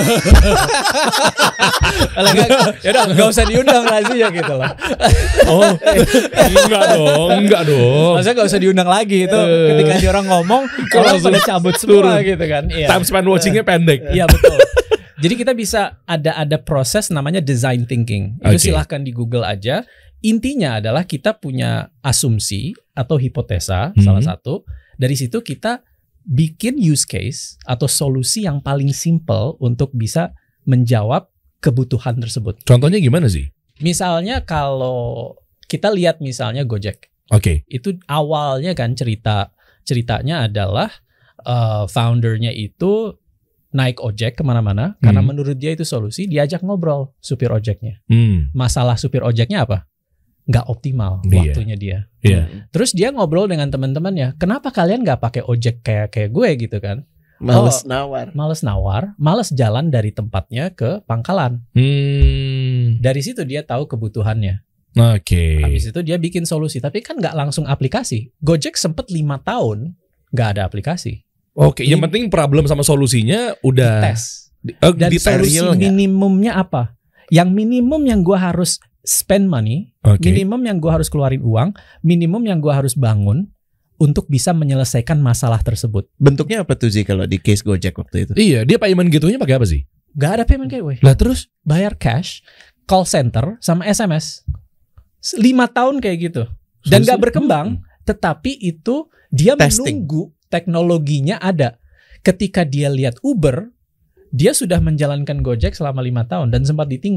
Kalau enggak, ya udah nggak usah diundang Razi ya gitu loh. Oh, enggak dong, enggak dong. Maksudnya nggak usah diundang lagi itu. Eh. Ketika dia orang ngomong, Kalau orang langsung pada cabut semua turun. gitu kan. Iya. Time span watchingnya pendek. Iya betul. Jadi kita bisa ada ada proses namanya design thinking. Itu Oke. silahkan di Google aja. Intinya adalah kita punya asumsi atau hipotesa Hmm. salah satu. Dari situ kita bikin use case atau solusi yang paling simple untuk bisa menjawab kebutuhan tersebut. Contohnya gimana sih? Misalnya kalau kita lihat misalnya Gojek. Oke. Itu awalnya kan cerita ceritanya adalah uh, foundernya itu naik ojek kemana-mana karena Hmm. menurut dia itu solusi, diajak ngobrol supir ojeknya. Hmm. Masalah supir ojeknya apa? Nggak optimal Iya. waktunya dia. Iya. Terus dia ngobrol dengan teman-temannya, kenapa kalian nggak pakai ojek kayak kayak gue gitu kan? Males Oh. nawar. Males nawar, males jalan dari tempatnya ke pangkalan. Hmm. Dari situ dia tahu kebutuhannya. Oke. Habis itu dia bikin solusi, tapi kan nggak langsung aplikasi. Gojek sempet lima tahun nggak ada aplikasi. Oke, yang Ini- penting problem sama solusinya udah Tes. di- eh, Dan di solusi real nggak? minimumnya apa? Yang minimum yang gue harus spend money, Oke. minimum yang gue harus keluarin uang, minimum yang gue harus bangun untuk bisa menyelesaikan masalah tersebut. Bentuknya apa tuh sih kalau di case Gojek waktu itu? Iya, dia payment gitunya pakai apa sih? Gak ada payment gateway. Lah terus? Bayar cash, call center, sama S M S. Lima tahun kayak gitu. Dan gak berkembang, tetapi itu dia Testing. menunggu teknologinya ada. Ketika dia lihat Uber, dia sudah menjalankan Gojek selama lima tahun dan sempat ditinggal.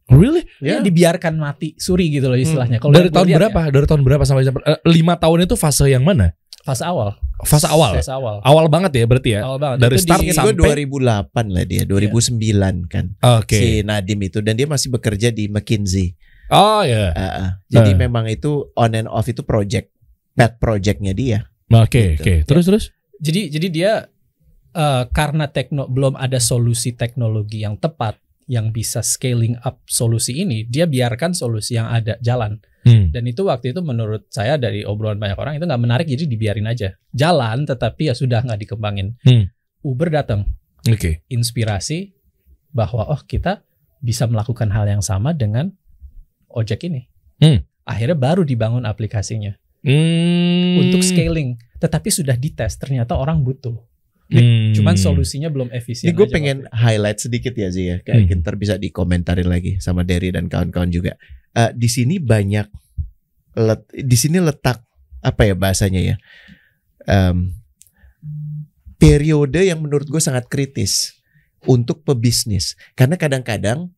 Really? Ya, dibiarkan mati suri gitu loh istilahnya. Kalau dari tahun berapa? Ya. Dari tahun berapa sampai uh, lima tahun itu fase yang mana? Fase awal. Fase awal. Fase awal. Awal banget ya berarti ya. Awal banget. Dari itu start di, sampai dua ribu delapan lah dia, dua ribu sembilan yeah. kan. Oke. Okay. Si Nadiem itu dan dia masih bekerja di McKinsey. Oh ya. Yeah. Uh, uh. Jadi uh. memang itu on and off itu project, pet projectnya dia. Oke, okay, gitu. Oke. Okay. Terus ya. terus. Jadi jadi dia uh, karena tekno belum ada solusi teknologi yang tepat yang bisa scaling up solusi ini, dia biarkan solusi yang ada jalan. Hmm. Dan itu waktu itu menurut saya dari obrolan banyak orang itu nggak menarik, jadi dibiarin aja jalan, tetapi ya sudah nggak dikembangin. Hmm. Uber datang, okay. inspirasi bahwa oh kita bisa melakukan hal yang sama dengan ojek ini. Hmm. Akhirnya baru dibangun aplikasinya hmm. untuk scaling, tetapi sudah dites ternyata orang butuh. Hmm. Cuman solusinya belum efisien. Ini gue pengen waktu. highlight sedikit ya Zee ya, kayak hmm. ntar bisa dikomentarin lagi sama Derry dan kawan-kawan juga. Uh, di sini banyak, let, di sini letak apa ya bahasanya ya, um, periode yang menurut gue sangat kritis untuk pebisnis, karena kadang-kadang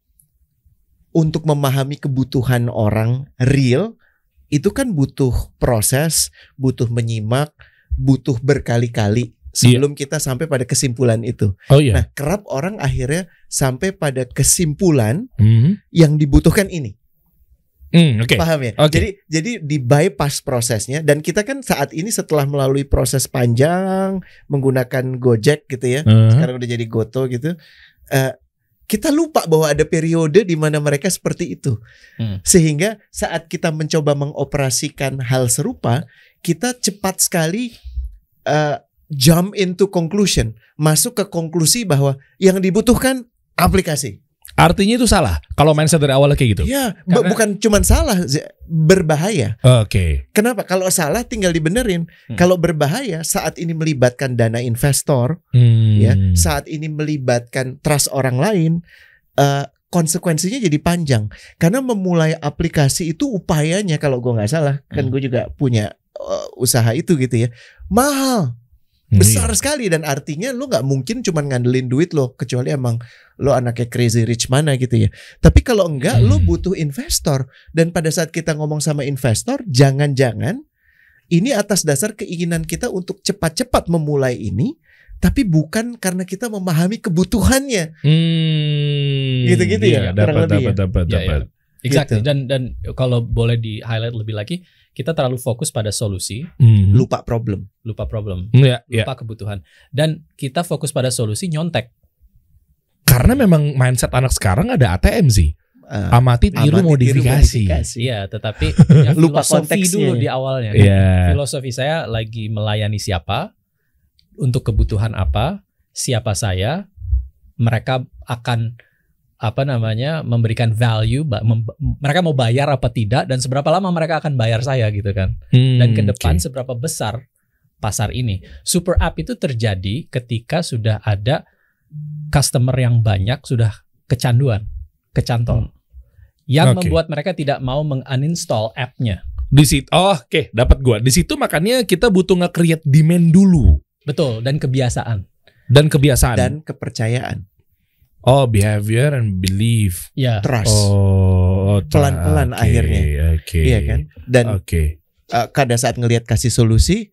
untuk memahami kebutuhan orang real itu kan butuh proses, butuh menyimak, butuh berkali-kali. Sebelum yeah. kita sampai pada kesimpulan itu. Oh, yeah. Nah, kerap orang akhirnya sampai pada kesimpulan mm-hmm. yang dibutuhkan ini. Mm, okay. Paham ya? Okay. Jadi jadi di bypass prosesnya, dan kita kan saat ini setelah melalui proses panjang menggunakan Gojek gitu ya, uh-huh. sekarang udah jadi Goto gitu. Uh, kita lupa bahwa ada periode di mana mereka seperti itu. Hmm. Sehingga saat kita mencoba mengoperasikan hal serupa, kita cepat sekali uh, jump into conclusion, masuk ke konklusi bahwa yang dibutuhkan aplikasi. Artinya itu salah kalau mindset dari awalnya kayak gitu. Ya, Karena... bukan cuma salah, berbahaya. Oke. Okay. Kenapa? Kalau salah tinggal dibenerin. Hmm. Kalau berbahaya saat ini melibatkan dana investor, hmm. ya, saat ini melibatkan trust orang lain, uh, konsekuensinya jadi panjang. Karena memulai aplikasi itu upayanya, kalau gue nggak salah, hmm. kan gue juga punya uh, usaha itu gitu ya, mahal. Besar sekali, dan artinya lo gak mungkin cuma ngandelin duit lo, kecuali emang lo anaknya crazy rich mana gitu ya. Tapi kalau enggak, hmm. lo butuh investor. Dan pada saat kita ngomong sama investor, jangan-jangan ini atas dasar keinginan kita untuk cepat-cepat memulai ini, tapi bukan karena kita memahami kebutuhannya. Hmm. Gitu-gitu ya, ya dapat, dapat, dapat, ya, dapat. Ya. Exactly. Gitu. Dan dan kalau boleh di highlight lebih lagi, kita terlalu fokus pada solusi, mm. lupa problem, lupa problem, yeah, lupa yeah. kebutuhan, dan kita fokus pada solusi nyontek. Karena memang mindset anak sekarang ada A T M sih, uh, amati tiru modifikasi. Iya, tetapi ya, lupa filosofi konteksnya dulu di awalnya. Yeah. Filosofi saya lagi melayani siapa, untuk kebutuhan apa, siapa saya, mereka akan apa namanya memberikan value, mem- mereka mau bayar apa tidak, dan seberapa lama mereka akan bayar saya gitu kan. Hmm, dan ke depan okay. seberapa besar pasar ini. Super app itu terjadi ketika sudah ada customer yang banyak, sudah kecanduan, kecantol, yang okay. membuat mereka tidak mau menguninstall app-nya. Di situ, oh, oke, okay, dapat gua. Di situ makanya kita butuh nge-create demand dulu. Betul, dan kebiasaan. Dan kebiasaan. Dan kepercayaan. Oh, behavior and belief. Ya. Trust. Oh, pelan-pelan okay, akhirnya. Okay. Iya kan? Dan okay. uh, pada saat ngelihat kasih solusi,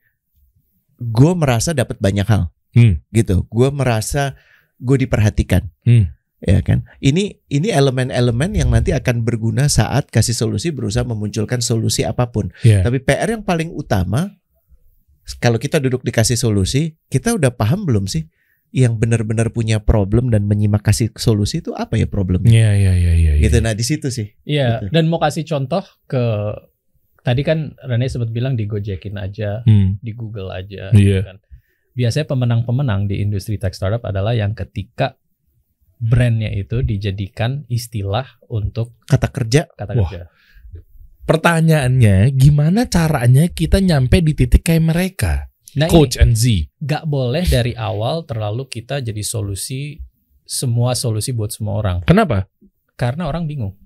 gue merasa dapat banyak hal. Hmm. Gitu. Gue merasa gue diperhatikan. Hmm. Ya kan? Ini ini elemen-elemen yang nanti akan berguna saat kasih solusi berusaha memunculkan solusi apapun. Yeah. Tapi P R yang paling utama, kalau kita duduk dikasih solusi, kita udah paham belum sih? Yang benar-benar punya problem dan menyimak kasih solusi itu apa ya problemnya? Iya iya iya iya. Gitu, nah di situ sih. Iya. Gitu. Dan mau kasih contoh ke tadi kan Rene sempat bilang di Gojekin aja, hmm. di Google aja. Iya. Kan. Biasanya pemenang-pemenang di industri tech startup adalah yang ketika brandnya itu dijadikan istilah untuk kata kerja. Kata Wah. kerja. Pertanyaannya, gimana caranya kita nyampe di titik kayak mereka? Nah, Coach ini, and Z. Gak boleh dari awal terlalu kita jadi solusi, semua solusi buat semua orang. Kenapa? Karena orang bingung.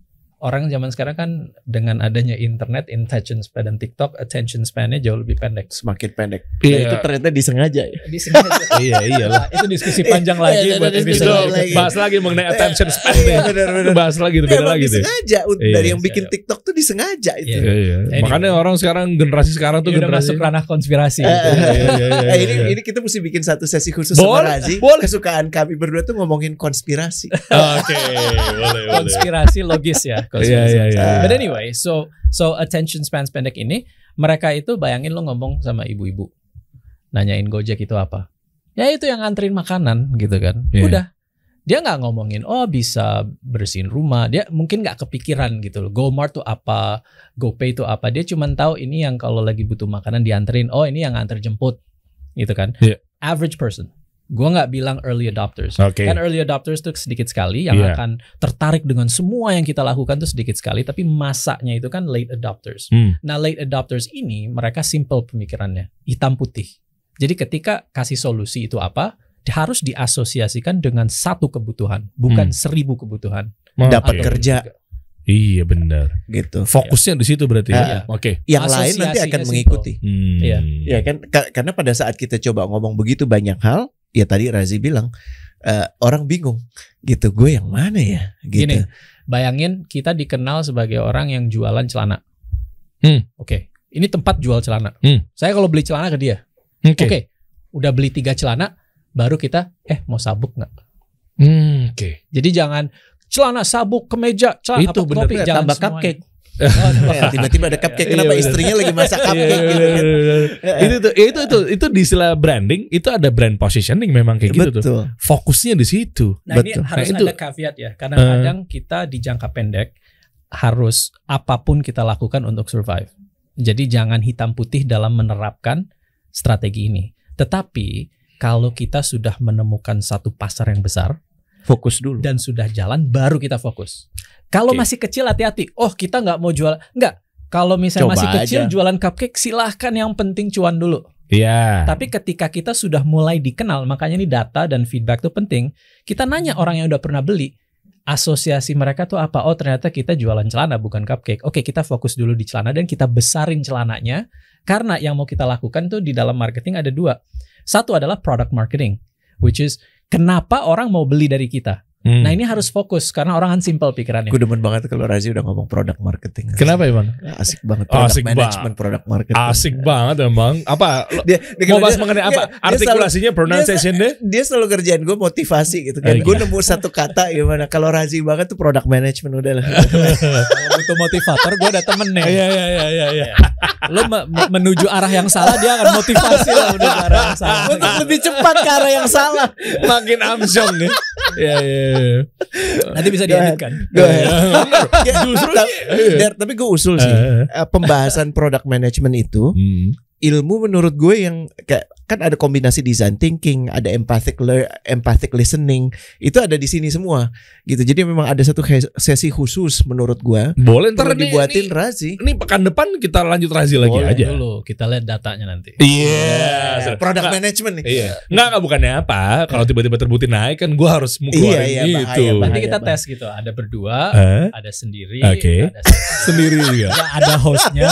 orang zaman sekarang kan dengan adanya internet, attention span dan TikTok, attention span-nya jauh lebih pendek. Semakin pendek. Iya. Nah, itu ternyata disengaja ya. Disengaja. Iya iyalah. Itu diskusi panjang lagi Iya, buat ada diskusi episode lagi. lagi. Bahas lagi mengenai attention span Iya, deh. benar-benar. Bahas lagi tuh, beda Emang lagi tuh. disengaja. Iya, Dari yang iya, bikin iya. TikTok tuh disengaja itu. Iya. Iya, iya. Anyway. Makanya orang sekarang generasi sekarang tuh Ini udah generasi masuk ranah konspirasi. Eh, gitu. eh, Iya, iya, iya, Eh, ini iya. ini kita mesti bikin satu sesi khusus Boleh, sama Razi. boleh. Kesukaan kami berdua tuh ngomongin konspirasi. Oke, boleh, boleh. Konspirasi logis ya. Iya, iya, iya. But anyway, so so attention span pendek ini, mereka itu bayangin lo ngomong sama ibu-ibu, nanyain Gojek itu apa? Ya itu yang nganterin makanan gitu kan. Iya. Udah, dia nggak ngomongin oh bisa bersihin rumah. Dia mungkin nggak kepikiran gitu loh. GoMart tuh apa, GoPay tuh apa. Dia cuma tahu ini yang kalau lagi butuh makanan dianterin. Oh ini yang nganter jemput, gitu kan. Iya. Average person. Gue nggak bilang early adopters. Oke. Kan early adopters tuh sedikit sekali yang Iya. akan tertarik dengan semua yang kita lakukan tuh sedikit sekali. Tapi masanya itu kan late adopters. Hmm. Nah late adopters ini mereka simple pemikirannya, hitam putih. Jadi ketika kasih solusi itu apa, harus diasosiasikan dengan satu kebutuhan, bukan Hmm. seribu kebutuhan. Dapat Oke. kerja Iya benar. gitu. Fokusnya di situ berarti. Iya. Ya? Oke. Yang lain nanti Asosiasinya akan simple. mengikuti. Hmm. Iya. Ya kan Ka- karena pada saat kita coba ngomong begitu banyak hal, ya tadi Razi bilang eh, orang bingung gitu. Gue yang mana ya? Gitu. Gini, bayangin kita dikenal sebagai orang yang jualan celana. Hmm. Oke, ini tempat jual celana. Hmm. Saya kalau beli celana ke dia, Oke. oke, udah beli tiga celana, baru kita, eh mau sabuk nggak? Hmm, Oke. Jadi jangan celana, sabuk, kemeja, celana, Itu apa, bener. topi, jangan Tambah semuanya. cupcake. Oh, tambah Ya, tiba-tiba ada cupcake. Iya, Kenapa bener. istrinya lagi masak Iya, cupcake gitu bener, kan? bener, bener. Itu tuh, itu itu itu di istilah branding itu ada brand positioning memang kayak gitu tuh. Betul. Fokusnya di situ. Nah ini Betul. harus Nah, itu- ada caveat ya. Kadang-kadang kita di jangka pendek harus apapun kita lakukan untuk survive. Jadi jangan hitam putih dalam menerapkan strategi ini. Tetapi kalau kita sudah menemukan satu pasar yang besar Fokus dulu. dan sudah jalan, baru kita fokus. Kalau Oke. masih kecil hati-hati. Oh kita nggak mau jual, nggak. Kalau misalnya Coba masih kecil aja. jualan cupcake, silahkan, yang penting cuan dulu. Iya. Tapi ketika kita sudah mulai dikenal, makanya ini data dan feedback itu penting. Kita nanya orang yang udah pernah beli, asosiasi mereka tuh apa? Oh ternyata kita jualan celana bukan cupcake. Oke, kita fokus dulu di celana dan kita besarin celananya. Karena yang mau kita lakukan tuh di dalam marketing ada dua. Satu adalah product marketing, which is kenapa orang mau beli dari kita. Hmm. Nah ini harus fokus karena orang kan simple pikirannya. Gue demen banget kalau Razi udah ngomong product marketing. Kenapa emang? Asik banget. Oh, Product asik management, product marketing. Asik banget emang. Apa? Lo- Dia, dia, Mau dia- bahas mengenai apa? dia- dia Artikulasinya, selalu- pronunciation dia, deh. dia selalu kerjaan gue motivasi gitu kan. Oh, Gue iya. nemu satu kata gimana. Kalau Razi banget tuh product management udah lah. Kalau butuh motivator, gue ada temennya. Iya iya iya iya. iya. Lo me- me- menuju arah yang salah, dia akan motivasi lo menuju arah yang salah. Untuk lebih cepat ke arah yang salah. Makin amsyong nih. Iya iya. iya. Nanti bisa Go ahead. diedit kan. Go ahead. Ya, Justru ta- iya. Dar- tapi gue usul sih Eh. eh, pembahasan product management itu Hmm. ilmu menurut gue yang kayak kan ada kombinasi design thinking, ada empathic lear, empathic listening, itu ada di sini semua gitu. Jadi memang ada satu he- sesi khusus menurut gue Boleh ntar perlu nih, dibuatin nih, Razi. Ini pekan depan kita lanjut Razi lagi Boleh aja. dulu, kita lihat datanya nanti. Iya. Eh, product management nih. Iya. Enggak enggak bukannya apa? Kalau tiba-tiba terbukti naik kan gue harus mau keluarin Iya, iya, gitu. bahaya, Nanti bahaya. kita tes gitu, ada berdua, Hah? ada sendiri, Oke. ada Sendiri juga. ya, ada hostnya.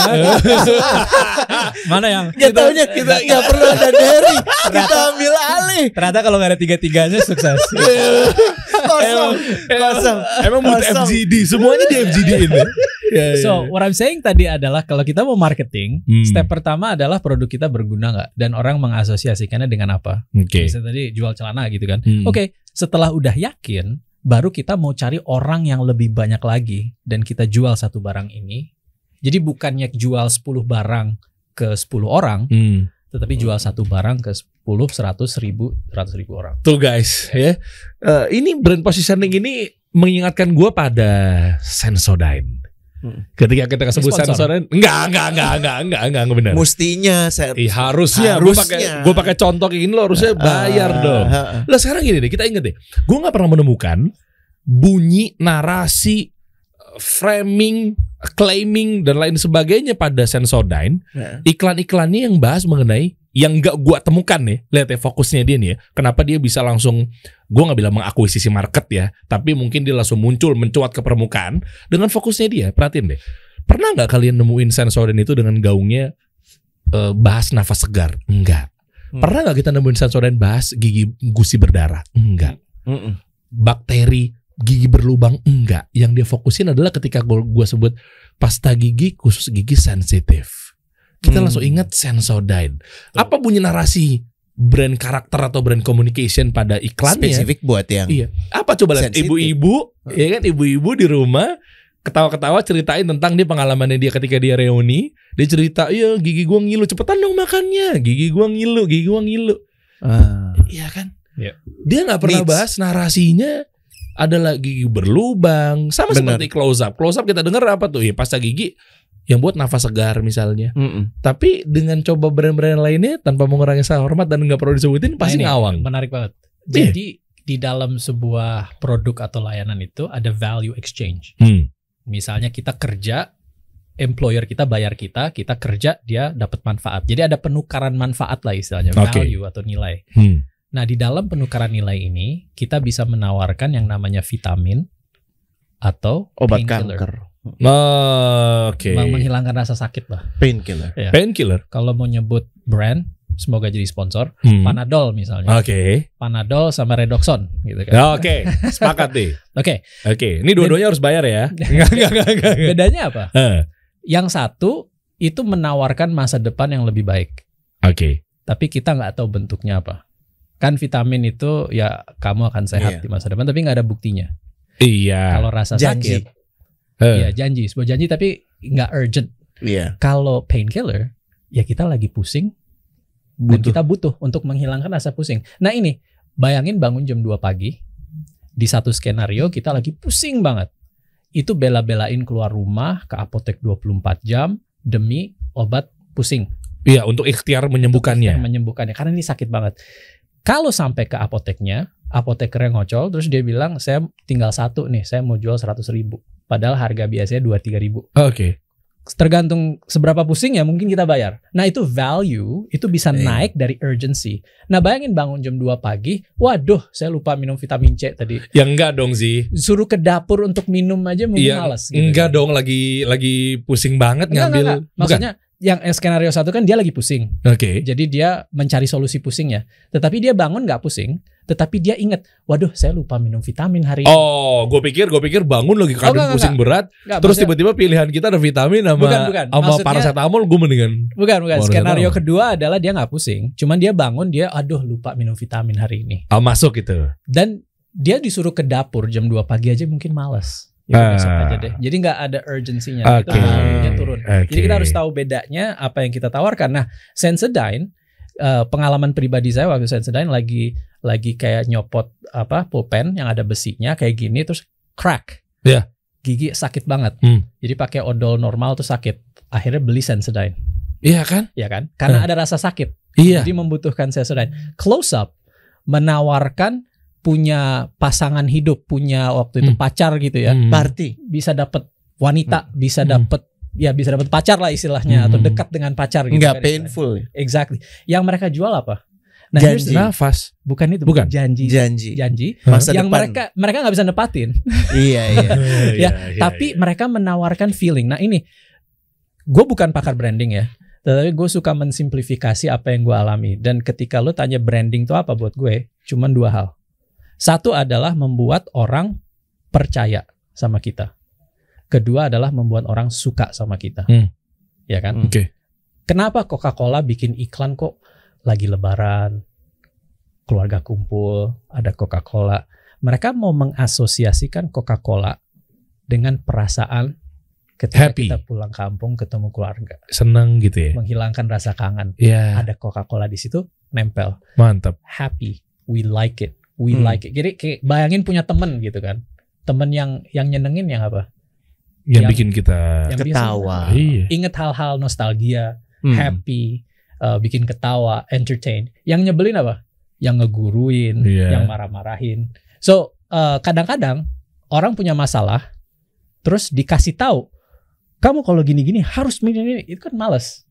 Mana yang Gak taunya kita nggak perlu ada Derry, kita ambil alih. ternyata kalau nggak ada tiga-tiganya sukses. Kosong, kosong. Emang butuh Kosong. F G D, semuanya di F G D ini. Ya, ya. So what I'm saying tadi adalah kalau kita mau marketing, Hmm. step pertama adalah produk kita berguna nggak dan orang mengasosiasikannya dengan apa. Oke. Misalnya tadi jual celana gitu kan. Hmm. Oke, setelah udah yakin, baru kita mau cari orang yang lebih banyak lagi dan kita jual satu barang ini. Jadi bukannya jual sepuluh barang ke sepuluh orang, Hmm. tetapi jual satu barang ke sepuluh, seratus, seribu, seratus ribu orang. Tuh guys, ya. Eh, ini brand positioning ini mengingatkan gue pada Sensodyne. Hmm. Ketika kita kesebut Sponsor. Sensodyne, enggak, enggak, enggak, enggak, enggak, enggak, enggak benar. Mustinya saya Ih, harusnya, gue pakai Harusnya. gue pakai contoh kayak gini lo harusnya bayar Ah, dong. ah, ah. Lah sekarang gini deh, kita inget deh, gue nggak pernah menemukan bunyi, narasi, framing, claiming dan lain sebagainya pada Sensodyne. Nah. Iklan-iklannya yang bahas mengenai yang nggak gua temukan nih, lihat ya fokusnya dia nih ya. Kenapa dia bisa langsung, gua nggak bilang mengakuisisi market ya, tapi mungkin dia langsung muncul mencuat ke permukaan dengan fokusnya dia. Perhatiin deh, pernah nggak kalian nemuin Sensodyne itu dengan gaungnya uh, bahas nafas segar? Enggak. Hmm. Pernah nggak kita nemuin Sensodyne bahas gigi gusi berdarah? Enggak. Hmm. Bakteri gigi berlubang? Enggak. Yang dia fokusin adalah ketika gua, gua sebut pasta gigi khusus gigi sensitif. Kita hmm. langsung ingat Sensodyne. Apa bunyi narasi brand karakter atau brand communication pada iklannya? Spesifik buat yang iya. Apa coba lihat ibu-ibu, hmm. ya kan, ibu-ibu di rumah ketawa-ketawa ceritain tentang dia pengalamannya dia ketika dia reuni. Dia cerita, iya gigi gua ngilu, cepetan dong makannya. Gigi gua ngilu, gigi gua ngilu. Ah. Iya kan? Yeah. Dia nggak pernah Needs. bahas narasinya adalah gigi berlubang. Sama Bener. seperti close up. Close up kita dengar apa tuh? Ya pasta gigi yang buat nafas segar misalnya. Mm-mm. Tapi dengan coba brand-brand lainnya tanpa mengurangi rasa hormat dan nggak perlu disebutin pasti Nah, ini ngawang. Menarik banget. Iya. Jadi di dalam sebuah produk atau layanan itu ada value exchange. Hmm. Misalnya kita kerja, employer kita bayar kita, kita kerja dia dapat manfaat. Jadi ada penukaran manfaat lah istilahnya, Oke. value atau nilai. Hmm. Nah di dalam penukaran nilai ini kita bisa menawarkan yang namanya vitamin atau Obat painkiller. kanker, Oh, Oke. Meng- menghilangkan rasa sakit lah. painkiller. Ya. Painkiller. Kalau mau nyebut brand, semoga jadi sponsor. Hmm. Panadol misalnya. Oke. Panadol sama Redoxon gitu kan. Ya, Oke. Sepakat deh. Oke. Oke. Ini dua-duanya harus bayar ya. Enggak, enggak, enggak, enggak. Bedanya apa? Eh, Yang satu itu menawarkan masa depan yang lebih baik. Oke. Tapi kita nggak tahu bentuknya apa. Kan vitamin itu ya kamu akan sehat Iya. di masa depan, tapi nggak ada buktinya. Iya. Kalau rasa Janji. sakit, Eh. ya janji, sebuah janji tapi nggak urgent. Iya. Kalau painkiller, ya kita lagi pusing, dan Butuh. kita butuh untuk menghilangkan rasa pusing. Nah ini, bayangin bangun jam dua pagi, di satu skenario kita lagi pusing banget. Itu bela-belain keluar rumah ke apotek dua puluh empat jam demi obat pusing. Iya, untuk ikhtiar menyembuhkannya. Yang menyembuhkannya, karena ini sakit banget. Kalau sampai ke apoteknya, apotekernya ngocol, terus dia bilang, saya tinggal satu nih, saya mau jual seratus ribu. Padahal harga biasanya dua tiga ribu. Oke. Tergantung seberapa pusing ya mungkin kita bayar. Nah itu value, itu bisa Iya. naik dari urgency. Nah bayangin bangun jam dua pagi, waduh saya lupa minum vitamin C tadi. Ya enggak dong sih. Suruh ke dapur untuk minum aja mungkin Iya, malas. Gitu enggak kan. dong, lagi lagi pusing banget Enggak, ngambil. enggak, enggak. Maksudnya yang eh, skenario satu kan dia lagi pusing. Bukan? Oke. Jadi dia mencari solusi pusingnya. Tetapi dia bangun nggak pusing. Tetapi dia ingat, waduh saya lupa minum vitamin hari ini. Oh, gue pikir gue pikir bangun lagi kadang enggak, pusing enggak. berat, Nggak, terus maksudnya- tiba-tiba pilihan kita ada vitamin sama Bukan, bukan. sama Maksudnya- paracetamol, gue mendingan. Bukan, bukan. Baru Skenario tahu. kedua adalah dia nggak pusing. Cuman dia bangun, dia aduh lupa minum vitamin hari ini. Ah, masuk gitu. Dan dia disuruh ke dapur jam dua pagi aja mungkin malas. Ya Ah. besok aja deh. Jadi nggak ada urgensinya. Itu Oke. value-nya turun. Oke. Jadi kita harus tahu bedanya apa yang kita tawarkan. Nah, Sensodyne, eh, pengalaman pribadi saya waktu Sensodyne lagi lagi kayak nyopot apa pulpen yang ada besinya kayak gini terus crack. Iya. Gigi sakit banget. Hmm. Jadi pakai odol normal tuh sakit. Akhirnya beli Sensodyne. Iya kan? Ya kan? Karena Eh. ada rasa sakit. Iya. Jadi membutuhkan Sensodyne. Close up menawarkan punya pasangan hidup, punya waktu itu Hmm. pacar gitu ya. Hmm. Party. Bisa dapat wanita, bisa Hmm. dapat ya bisa dapat pacar lah istilahnya Hmm. atau dekat dengan pacar gitu. Enggak kan, painful. istilahnya. Exactly. Yang mereka jual apa? Nah, here's Janji. the- Nafas. bukan itu, Bukan. janji. Janji. Janji Masa yang depan. mereka mereka nggak bisa nepatin. Iya, iya. Ya, tapi mereka menawarkan feeling. Nah ini, gue bukan pakar branding ya, tetapi gue suka mensimplifikasi apa yang gue alami. Dan ketika lo tanya branding itu apa buat gue, cuman dua hal. Satu adalah membuat orang percaya sama kita. Kedua adalah membuat orang suka sama kita. Hmm. Ya kan? Hmm. Oke. Kenapa Coca-Cola bikin iklan kok lagi lebaran, keluarga kumpul, ada Coca-Cola. Mereka mau mengasosiasikan Coca-Cola dengan perasaan ketika Happy. kita pulang kampung ketemu keluarga, Seneng gitu ya. menghilangkan rasa kangen. Iya. Ada Coca-Cola di situ, nempel. Mantap. Happy, we like it, we Hmm. like it. Jadi kayak bayangin punya temen gitu kan, temen yang yang nyenengin yang apa? Yang, Yang- bikin kita Yang Ketawa. biasa- iya. Ingat hal-hal nostalgia, Hmm. happy, uh, bikin ketawa, entertain. Yang nyebelin apa? Yang ngeguruin, Iya. yang marah-marahin. So uh, kadang-kadang orang punya masalah, terus dikasih tahu, kamu kalau gini-gini harus begini, itu kan males.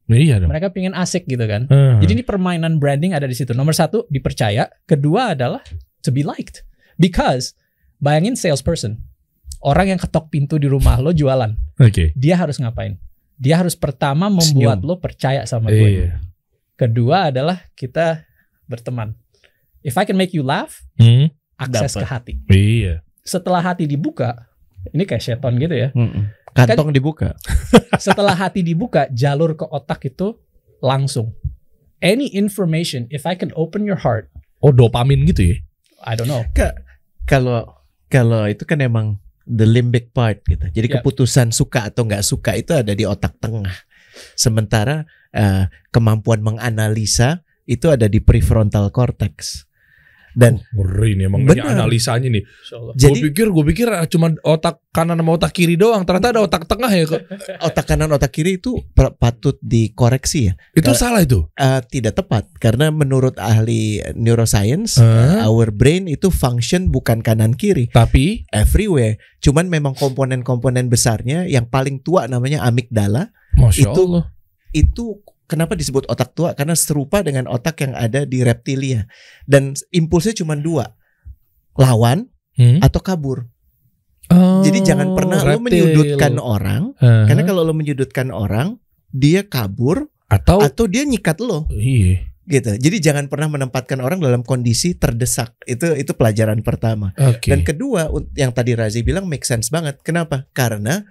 Iya dong. Mereka pengen asik gitu kan. Uh. Jadi ini permainan branding ada di situ. Nomor satu dipercaya, kedua adalah to be liked. Because bayangin salesperson, orang yang ketok pintu di rumah lo jualan, Oke. Okay. dia harus ngapain? Dia harus pertama membuat Senyum. lo percaya sama gue. Iya. Kedua adalah kita berteman. If I can make you laugh, Hmm. akses Dapat. ke hati. Iya. Setelah hati dibuka, ini kayak setan gitu ya. Mm-mm. Kantong dibuka. Setelah hati dibuka, jalur ke otak itu langsung. Any information, if I can open your heart, Oh, dopamin gitu ya? I don't know. Ka- Kalau kalau itu kan emang the limbic part gitu. Jadi Ya. keputusan suka atau nggak suka itu ada di otak tengah. Sementara eh, kemampuan menganalisa itu ada di prefrontal cortex. Dan Oh, ngeri nih emang Bener. analisanya nih. Insyaallah. Jadi- Gue pikir gue pikir ah, cuma otak kanan sama otak kiri doang. Ternyata ada otak tengah ya kok. otak kanan otak kiri itu pa- patut dikoreksi ya. Itu Kalau- salah itu. Eh, tidak tepat karena menurut ahli neuroscience, Hah? our brain itu function bukan kanan kiri, Tapi everywhere. Cuman memang komponen-komponen besarnya yang paling tua namanya amigdala. Masya Itu- Allah. Itu kenapa disebut otak tua? Karena serupa dengan otak yang ada di reptilia. Dan impulsnya cuma dua, lawan Hmm? atau kabur. Oh, Jadi jangan pernah lo reptil. menyudutkan orang, Hah? karena kalau lo menyudutkan orang, dia kabur atau atau dia nyikat lo. iya. Gitu. Jadi jangan pernah menempatkan orang dalam kondisi terdesak. Itu itu pelajaran pertama. Oke. Dan kedua, un- yang tadi Razi bilang make sense banget. Kenapa? Karena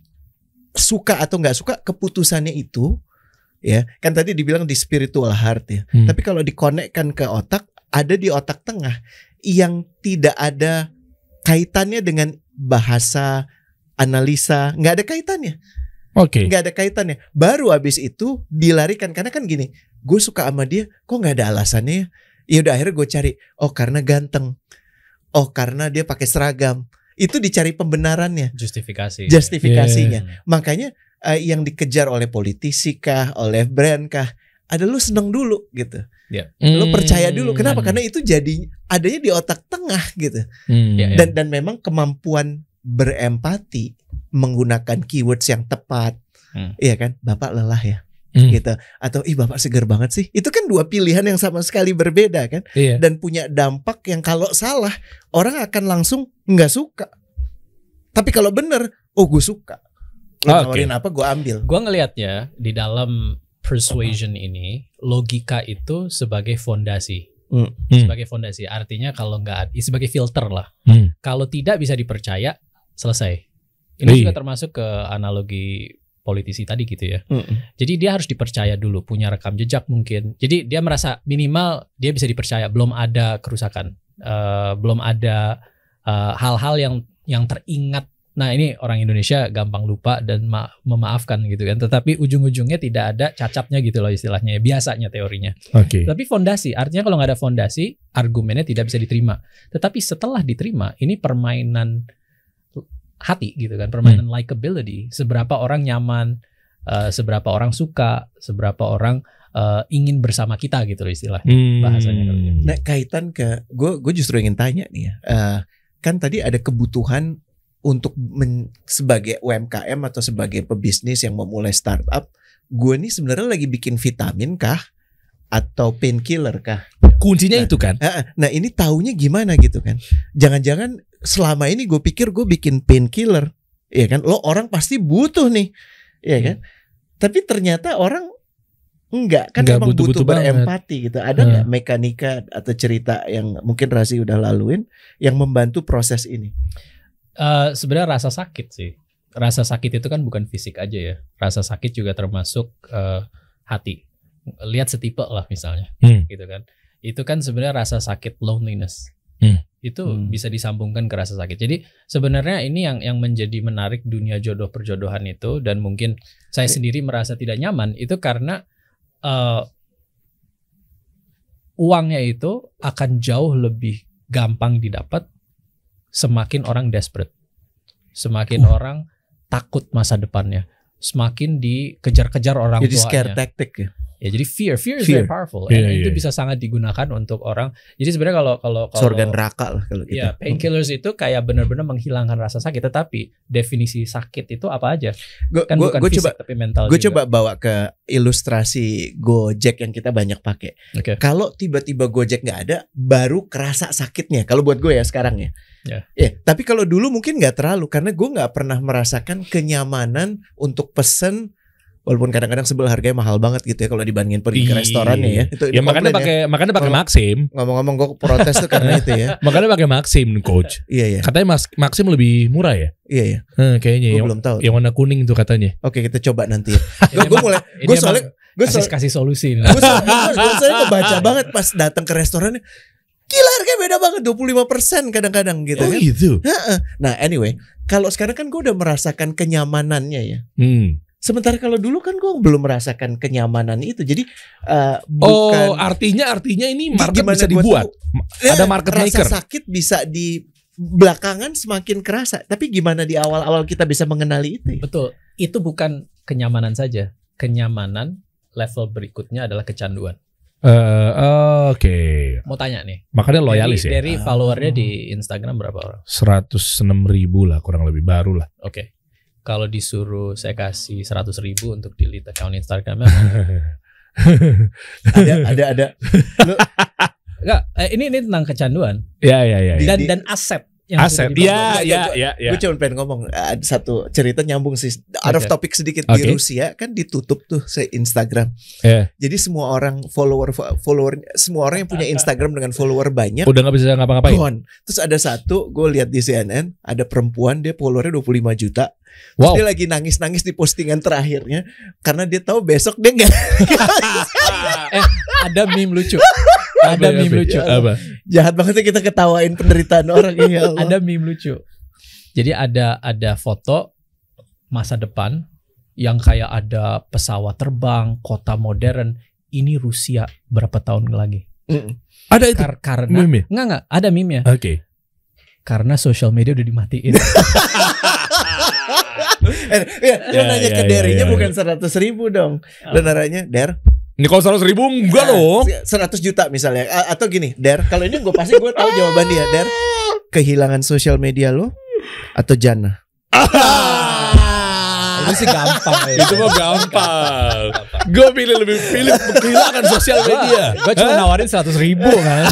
suka atau nggak suka keputusannya itu, ya kan tadi dibilang di spiritual heart ya. Hmm. Tapi kalau dikonekkan ke otak, ada di otak tengah yang tidak ada kaitannya dengan bahasa analisa, nggak ada kaitannya, Oke. nggak ada kaitannya. Baru abis itu dilarikan karena kan gini, gue suka sama dia, kok nggak ada alasannya ya? Ya udah akhirnya gue cari, oh karena ganteng, oh karena dia pakai seragam. Itu dicari pembenarannya, Justifikasi. justifikasinya. Hmm. Makanya eh, yang dikejar oleh politisi kah, oleh brand kah, ada lu seneng dulu gitu. Lu percaya dulu. Kenapa? Karena itu jadi adanya di otak tengah gitu. Hmm. Ya, ya. Dan dan memang kemampuan berempati menggunakan keywords yang tepat. Hmm. Iya kan? Bapak lelah ya Hmm. gitu. Atau ih bapak segar banget sih. Itu kan dua pilihan yang sama sekali berbeda kan. Iya. Dan punya dampak yang kalau salah orang akan langsung nggak suka. Tapi kalau bener, oh gue suka. Lo Ah, nawarin apa gue ambil. Gua ngelihatnya di dalam persuasion ini logika itu sebagai fondasi. Hmm. Hmm. Sebagai fondasi artinya kalau nggak ada sebagai filter lah. Hmm. Kalau tidak bisa dipercaya, selesai. Ini Iya. juga termasuk ke analogi politisi tadi gitu ya. Mm-mm. Jadi dia harus dipercaya dulu, punya rekam jejak mungkin. Jadi dia merasa minimal dia bisa dipercaya, belum ada kerusakan, Eh, belum ada eh, hal-hal yang yang teringat. Nah ini orang Indonesia gampang lupa dan ma- memaafkan gitu kan. Tetapi ujung-ujungnya tidak ada cacatnya gitu loh istilahnya. Biasanya teorinya. Oke. Tapi fondasi, artinya kalau nggak ada fondasi, argumennya tidak bisa diterima. Tetapi setelah diterima, ini permainan hati gitu kan, permainan likability. Seberapa orang nyaman, uh, seberapa orang suka, seberapa orang uh, ingin bersama kita gitu loh istilahnya. Hmm. bahasanya kali ya. Nah kaitan ke gue gue justru ingin tanya nih ya. Eh, kan tadi ada kebutuhan untuk men, sebagai U M K M atau sebagai pebisnis yang memulai startup, gue nih sebenarnya lagi bikin vitamin kah atau painkiller kah? Kuncinya Nah. itu kan. Nah ini taunya gimana gitu kan? Jangan-jangan selama ini gue pikir gue bikin painkiller, ya kan? Lo orang pasti butuh nih, ya kan? Tapi ternyata orang enggak kan, Enggak emang butuh, butuh-butuh banget. berempati gitu. Ada nggak mekanika atau cerita yang mungkin Razi udah laluin yang membantu proses ini? Uh, sebenarnya rasa sakit sih. Rasa sakit itu kan bukan fisik aja ya. Rasa sakit juga termasuk uh, hati. Lihat setipe lah misalnya, Hmm. gitu kan. Itu kan sebenarnya rasa sakit loneliness. Hmm. Itu Hmm. bisa disambungkan ke rasa sakit. Jadi sebenarnya ini yang yang menjadi menarik dunia jodoh perjodohan itu, dan mungkin saya sendiri merasa tidak nyaman itu karena uh, uangnya itu akan jauh lebih gampang didapat semakin orang desperate, semakin Uh. orang takut masa depannya, semakin dikejar-kejar orang Jadi scare tuanya. tactic ya. Ya jadi fear, fear is Fear. very powerful. Yeah, And itu yeah. bisa sangat digunakan untuk orang. Jadi sebenarnya kalau kalau kalau Surga neraka lah kalau gitu. ya painkillers itu kayak benar-benar menghilangkan rasa sakit. Tetapi definisi sakit itu apa aja? Gue Kan bukan gue fisik coba tapi mental gue juga. coba bawa ke ilustrasi Gojek yang kita banyak pakai. Oke. Kalau tiba-tiba Gojek nggak ada, baru kerasa sakitnya. Kalau buat gue ya sekarang ya. Ya. Ya, tapi kalau dulu mungkin nggak terlalu karena gue nggak pernah merasakan kenyamanan untuk pesen. Walaupun kadang-kadang sebel harganya mahal banget gitu ya kalau dibandingin pergi ke Iya. restorannya ya. Itu Ya makanya komplain pakai makanya pakai Ngomong- Maxim. Ngomong-ngomong gue protes tuh karena itu ya. Makanya pakai Maxim coach. Iya iya. Katanya Mas, Maxim lebih murah ya? Iya iya. Hmm, kayaknya Gue yang, belum tahu. yang warna kuning tuh katanya. Oke, kita coba nanti ya. Ini Gue emang- mulai ini gue emang soalnya gue kasih soalnya kasih solusi. gue soalnya kebaca banget pas datang ke restorannya. Gila harganya beda banget dua puluh lima persen kadang-kadang gitu Oh kan. gitu. Heeh. Nah, anyway, kalau sekarang kan gue udah merasakan kenyamanannya ya. Hmm. Sementara kalau dulu kan gue belum merasakan kenyamanan itu. Jadi uh, Oh, bukan artinya artinya ini market gimana bisa gua dibuat. tahu. Ada Eh, market rasa maker. sakit bisa di belakangan semakin kerasa. Tapi gimana di awal-awal kita bisa mengenali itu? Ya? Betul. Itu bukan kenyamanan saja. Kenyamanan level berikutnya adalah kecanduan. Eh, Oke. Mau tanya nih. Makanya loyalis dari, ya. Dari Ah. followernya di Instagram berapa orang? seratus enam ribu lah kurang lebih baru lah. Oke. Kalau disuruh saya kasih seratus ribu untuk delete account Instagramnya, Ada ada ada. Lu, enggak? Eh, ini ini tentang kecanduan Ya ya ya. ya. dan Di- dan aset yang Aset. sudah dibangun. Ya Enggak, ya gua- ya ya. Gue cuma pengen ngomong ada satu cerita nyambung sih. Out of Oke. topic sedikit di Oke. Rusia kan ditutup tuh se Instagram. Ya. Jadi semua orang follower follower semua orang yang punya Instagram dengan follower banyak Udah nggak bisa ngapa-ngapain. gone. Terus ada satu gue lihat di C N N ada perempuan dia followernya dua puluh lima juta. Terus Wow. dia lagi nangis-nangis di postingan terakhirnya karena dia tahu besok dia nggak Eh, ada meme lucu. Apa, Ada meme apa? lucu. Apa? jahat banget ya kita ketawain penderitaan orang ya Allah. Ada meme lucu. Jadi ada ada foto masa depan yang kayak ada pesawat terbang, kota modern. Ini Rusia berapa tahun lagi? Mm. Ada itu. Kar- karena Meme ya? enggak enggak ada meme-nya. Oke. Karena sosial media udah dimatiin. Eh, ya, lo Ya, nanya ya, ke ya, Derinya ya, bukan seratus ribu dong. Lo nanya Der Ini kalau seratus ribu enggak dong. seratus juta misalnya. A- Atau gini Der, kalau ini gue pasti gue tahu jawaban dia Der. Kehilangan sosial media lo atau jannah? Itu sih gampang. Itu mah gampang. Gue pilih lebih pilih kehilangan sosial media. Gue cuma nawarin seratus ribu kan.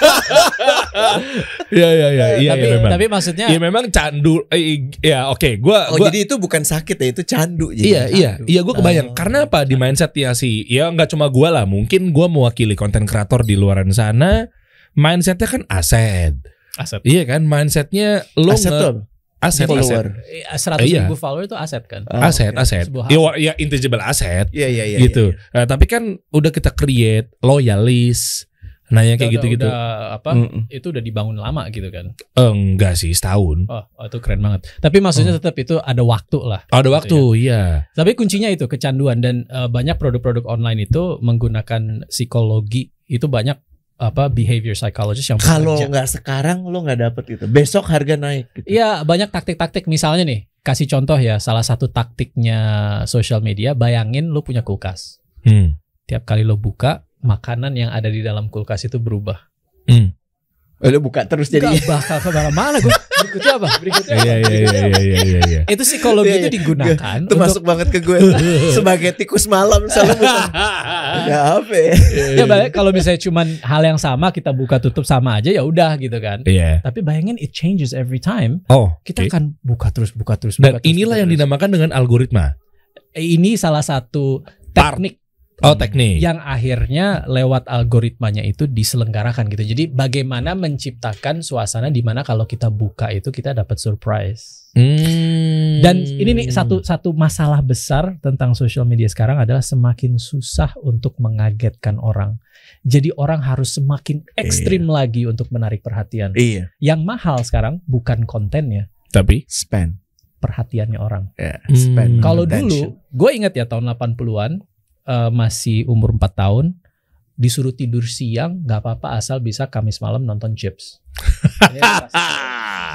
Iya iya iya iya tapi, ya, memang. tapi maksudnya Iya memang candu. Eh, ya oke. Gua Oh gua jadi itu bukan sakit ya, itu candu. Jadi. Iya iya iya gue kebayang. Oh. Karena apa di mindsetnya sih? Ya nggak cuma gue lah. Mungkin gue mewakili konten kreator di luaran sana. Mindsetnya kan aset. aset. Iya kan mindsetnya lo Aset nge- tuh. aset Follower. aset seratus Iya. ribu follower itu aset kan. Oh, aset oke. aset. Sebuah Ya, wa- ya intangible aset. Iya iya iya. gitu. iya, Nah, tapi kan udah kita create loyalis. Nah yang kayak Udah- gitu-gitu. udah apa? iya. Mm-mm. Itu udah dibangun lama gitu kan. Enggak sih setahun. Oh, oh, itu keren banget. Tapi maksudnya Oh. tetap itu ada waktu lah. Ada waktu, iya. Tapi kuncinya itu kecanduan dan eh, banyak produk-produk online itu menggunakan psikologi. Itu banyak apa behavior psychologist yang Kalau bekerja. nggak sekarang lo nggak dapet itu. Besok harga naik. Gitu. Iya, banyak taktik-taktik misalnya nih. Kasih contoh ya, salah satu taktiknya social media, bayangin lu punya kulkas. Hmm. Tiap kali lo buka, makanan yang ada di dalam kulkas itu berubah. Hmm. Oh, lo buka terus jadi. Gak bakal kemana-mana gue. Berikutnya apa? Berikutnya apa? Iya iya iya Berikutnya apa? iya iya iya. Itu psikologi Iya, itu iya. digunakan Itu masuk banget ke gue. Sebagai tikus malam selalu muter. Ya apa ya? ya balik kalau misalnya cuman hal yang sama kita buka tutup sama aja ya udah gitu kan. Iya. Tapi bayangin it changes every time. Oh, Kita oke. akan buka terus buka terus Dan buka terus, inilah buka yang terus. dinamakan dengan algoritma. Ini salah satu Part. teknik Oh, teknik. yang akhirnya lewat algoritmanya itu diselenggarakan gitu. Jadi bagaimana menciptakan suasana di mana kalau kita buka itu kita dapat surprise. Hmm. Dan ini nih satu satu masalah besar tentang social media sekarang adalah semakin susah untuk mengagetkan orang. Jadi orang harus semakin ekstrim lagi untuk menarik perhatian. Iya. Yang mahal sekarang bukan kontennya, Tapi Spend. perhatiannya orang. Ya, Hmm. spend. Kalau attention. dulu, gue ingat ya tahun delapan puluhan, eh, masih umur empat tahun, disuruh tidur siang nggak apa-apa asal bisa Kamis malam nonton Chips. Ini pas-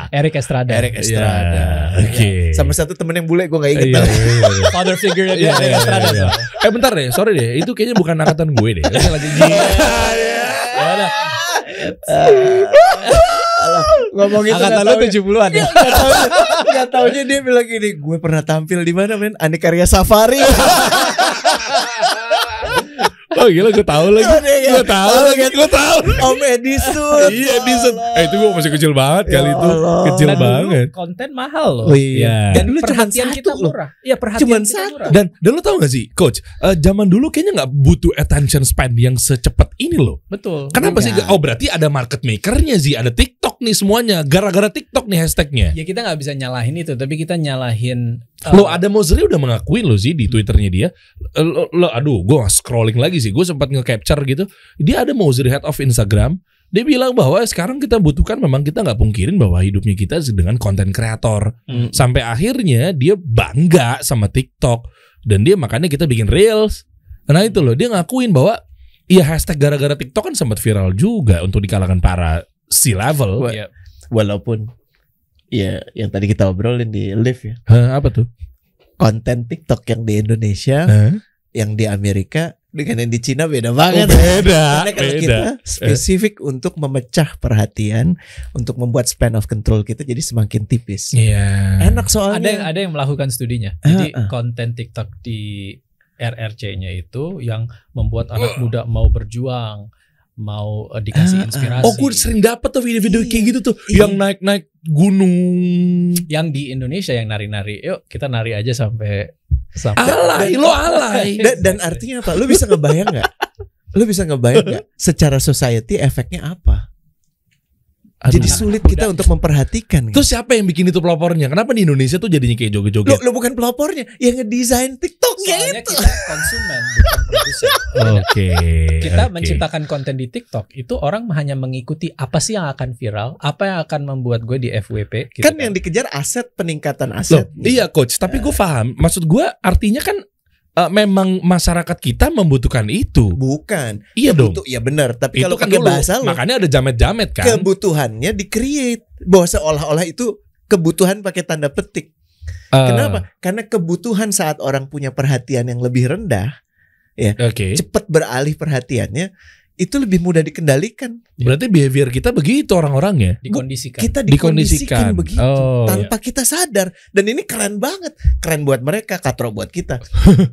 Eric Estrada. Eric Estrada. Ya, oke. Ya. Sama satu temen yang bule gue gak inget. Iya, iya, iya. Father figure-nya Iya, Eric iya, Estrada. iya, iya. soalnya. Eh bentar deh, sorry deh, itu kayaknya bukan angkatan gue deh. Ini lagi Ya udah. Ngomongin Angkatan lu tujuh puluhan ya. Gak taunya, gak taunya dia bilang gini, gue pernah tampil di mana men? Anikarya Safari. Oh gila, gue tahu lagi. Gue tahu lagi, gue tahu. Om Edison. Iya, Edison. Eh itu gue masih kecil banget Ya kali itu. Allah. Kecil Dan dulu banget. konten mahal loh. Oh iya. Iya. Dan dulu cuma perhatian satu kita loh. murah. Iya, perhatian Cuman kita satu. murah. Dan dan lo tau gak sih, Coach? eh, zaman dulu kayaknya nggak butuh attention span yang secepat ini loh. Betul. Kenapa sih? Enggak. Oh berarti ada market makernya sih, ada TikTok nih semuanya. Gara-gara TikTok nih hashtagnya. Ya kita nggak bisa nyalahin itu, tapi kita nyalahin. Lo uh, ada Mozri udah mengakuin lo sih di Twitternya dia. Eh, Lo, lo aduh, gue scrolling lagi sih. Gue sempat nge-capture gitu. Dia ada Mozri head of Instagram. Dia bilang bahwa sekarang kita butuhkan, memang kita nggak pungkirin bahwa hidupnya kita dengan konten kreator. Hmm. Sampai akhirnya dia bangga sama TikTok dan dia makanya kita bikin reels. Nah itu loh, dia ngakuin bahwa iya hashtag gara-gara TikTok kan sempat viral juga untuk di kalangan para C-level. Wah. Iya. Walaupun ya yang tadi kita obrolin di live ya, Hah, apa tuh? konten TikTok yang di Indonesia, Hah? yang di Amerika dengan yang di Cina beda Oh, banget. beda, Karena kalau beda. kita spesifik untuk memecah perhatian, untuk membuat span of control kita jadi semakin tipis. Iya. Enak soalnya. Ada yang ada yang melakukan studinya. Ah, Jadi ah. konten TikTok di R R C-nya itu yang membuat anak muda mau berjuang, mau uh, dikasih Ah, ah. inspirasi. Oh, gue sering dapet tuh video-video Iya. kayak gitu tuh, Iya. yang naik-naik gunung. Yang di Indonesia yang nari-nari. Yuk kita nari aja sampai sampai. Alay, lo alay. Dan, dan artinya apa? Lu bisa ngebayang nggak? Lu bisa ngebayang nggak? Secara society efeknya apa? Aduh. Jadi sulit kita untuk memperhatikan. Terus siapa yang bikin itu pelopornya? Kenapa di Indonesia tuh jadinya kayak Lo, joget-joget? lo bukan pelopornya, yang ngedesain TikToknya Soalnya itu. kita konsumen bukan produsen. Oke. Kita oke. menciptakan konten di TikTok itu orang hanya mengikuti apa sih yang akan viral, apa yang akan membuat gue di F W P. Gitu Kan yang dikejar aset, peningkatan Loh, aset. iya coach, tapi gue paham. Maksud gue artinya kan eh, memang masyarakat kita membutuhkan itu. Bukan. Iya dong. Kebutu- ya benar, tapi Itu kalau kan pakai dulu. bahasa lo, Makanya ada jamet-jamet kan. kebutuhannya di-create bahwa seolah-olah itu kebutuhan pakai tanda petik. Eh, Kenapa? Karena kebutuhan saat orang punya perhatian yang lebih rendah, Oke. cepat beralih perhatiannya, itu lebih mudah dikendalikan. Berarti behavior kita begitu orang-orangnya. dikondisikan. Kita Dikondisikan. dikondisikan begitu Oh, tanpa kita sadar. Dan ini keren banget. Keren buat mereka, katro buat kita.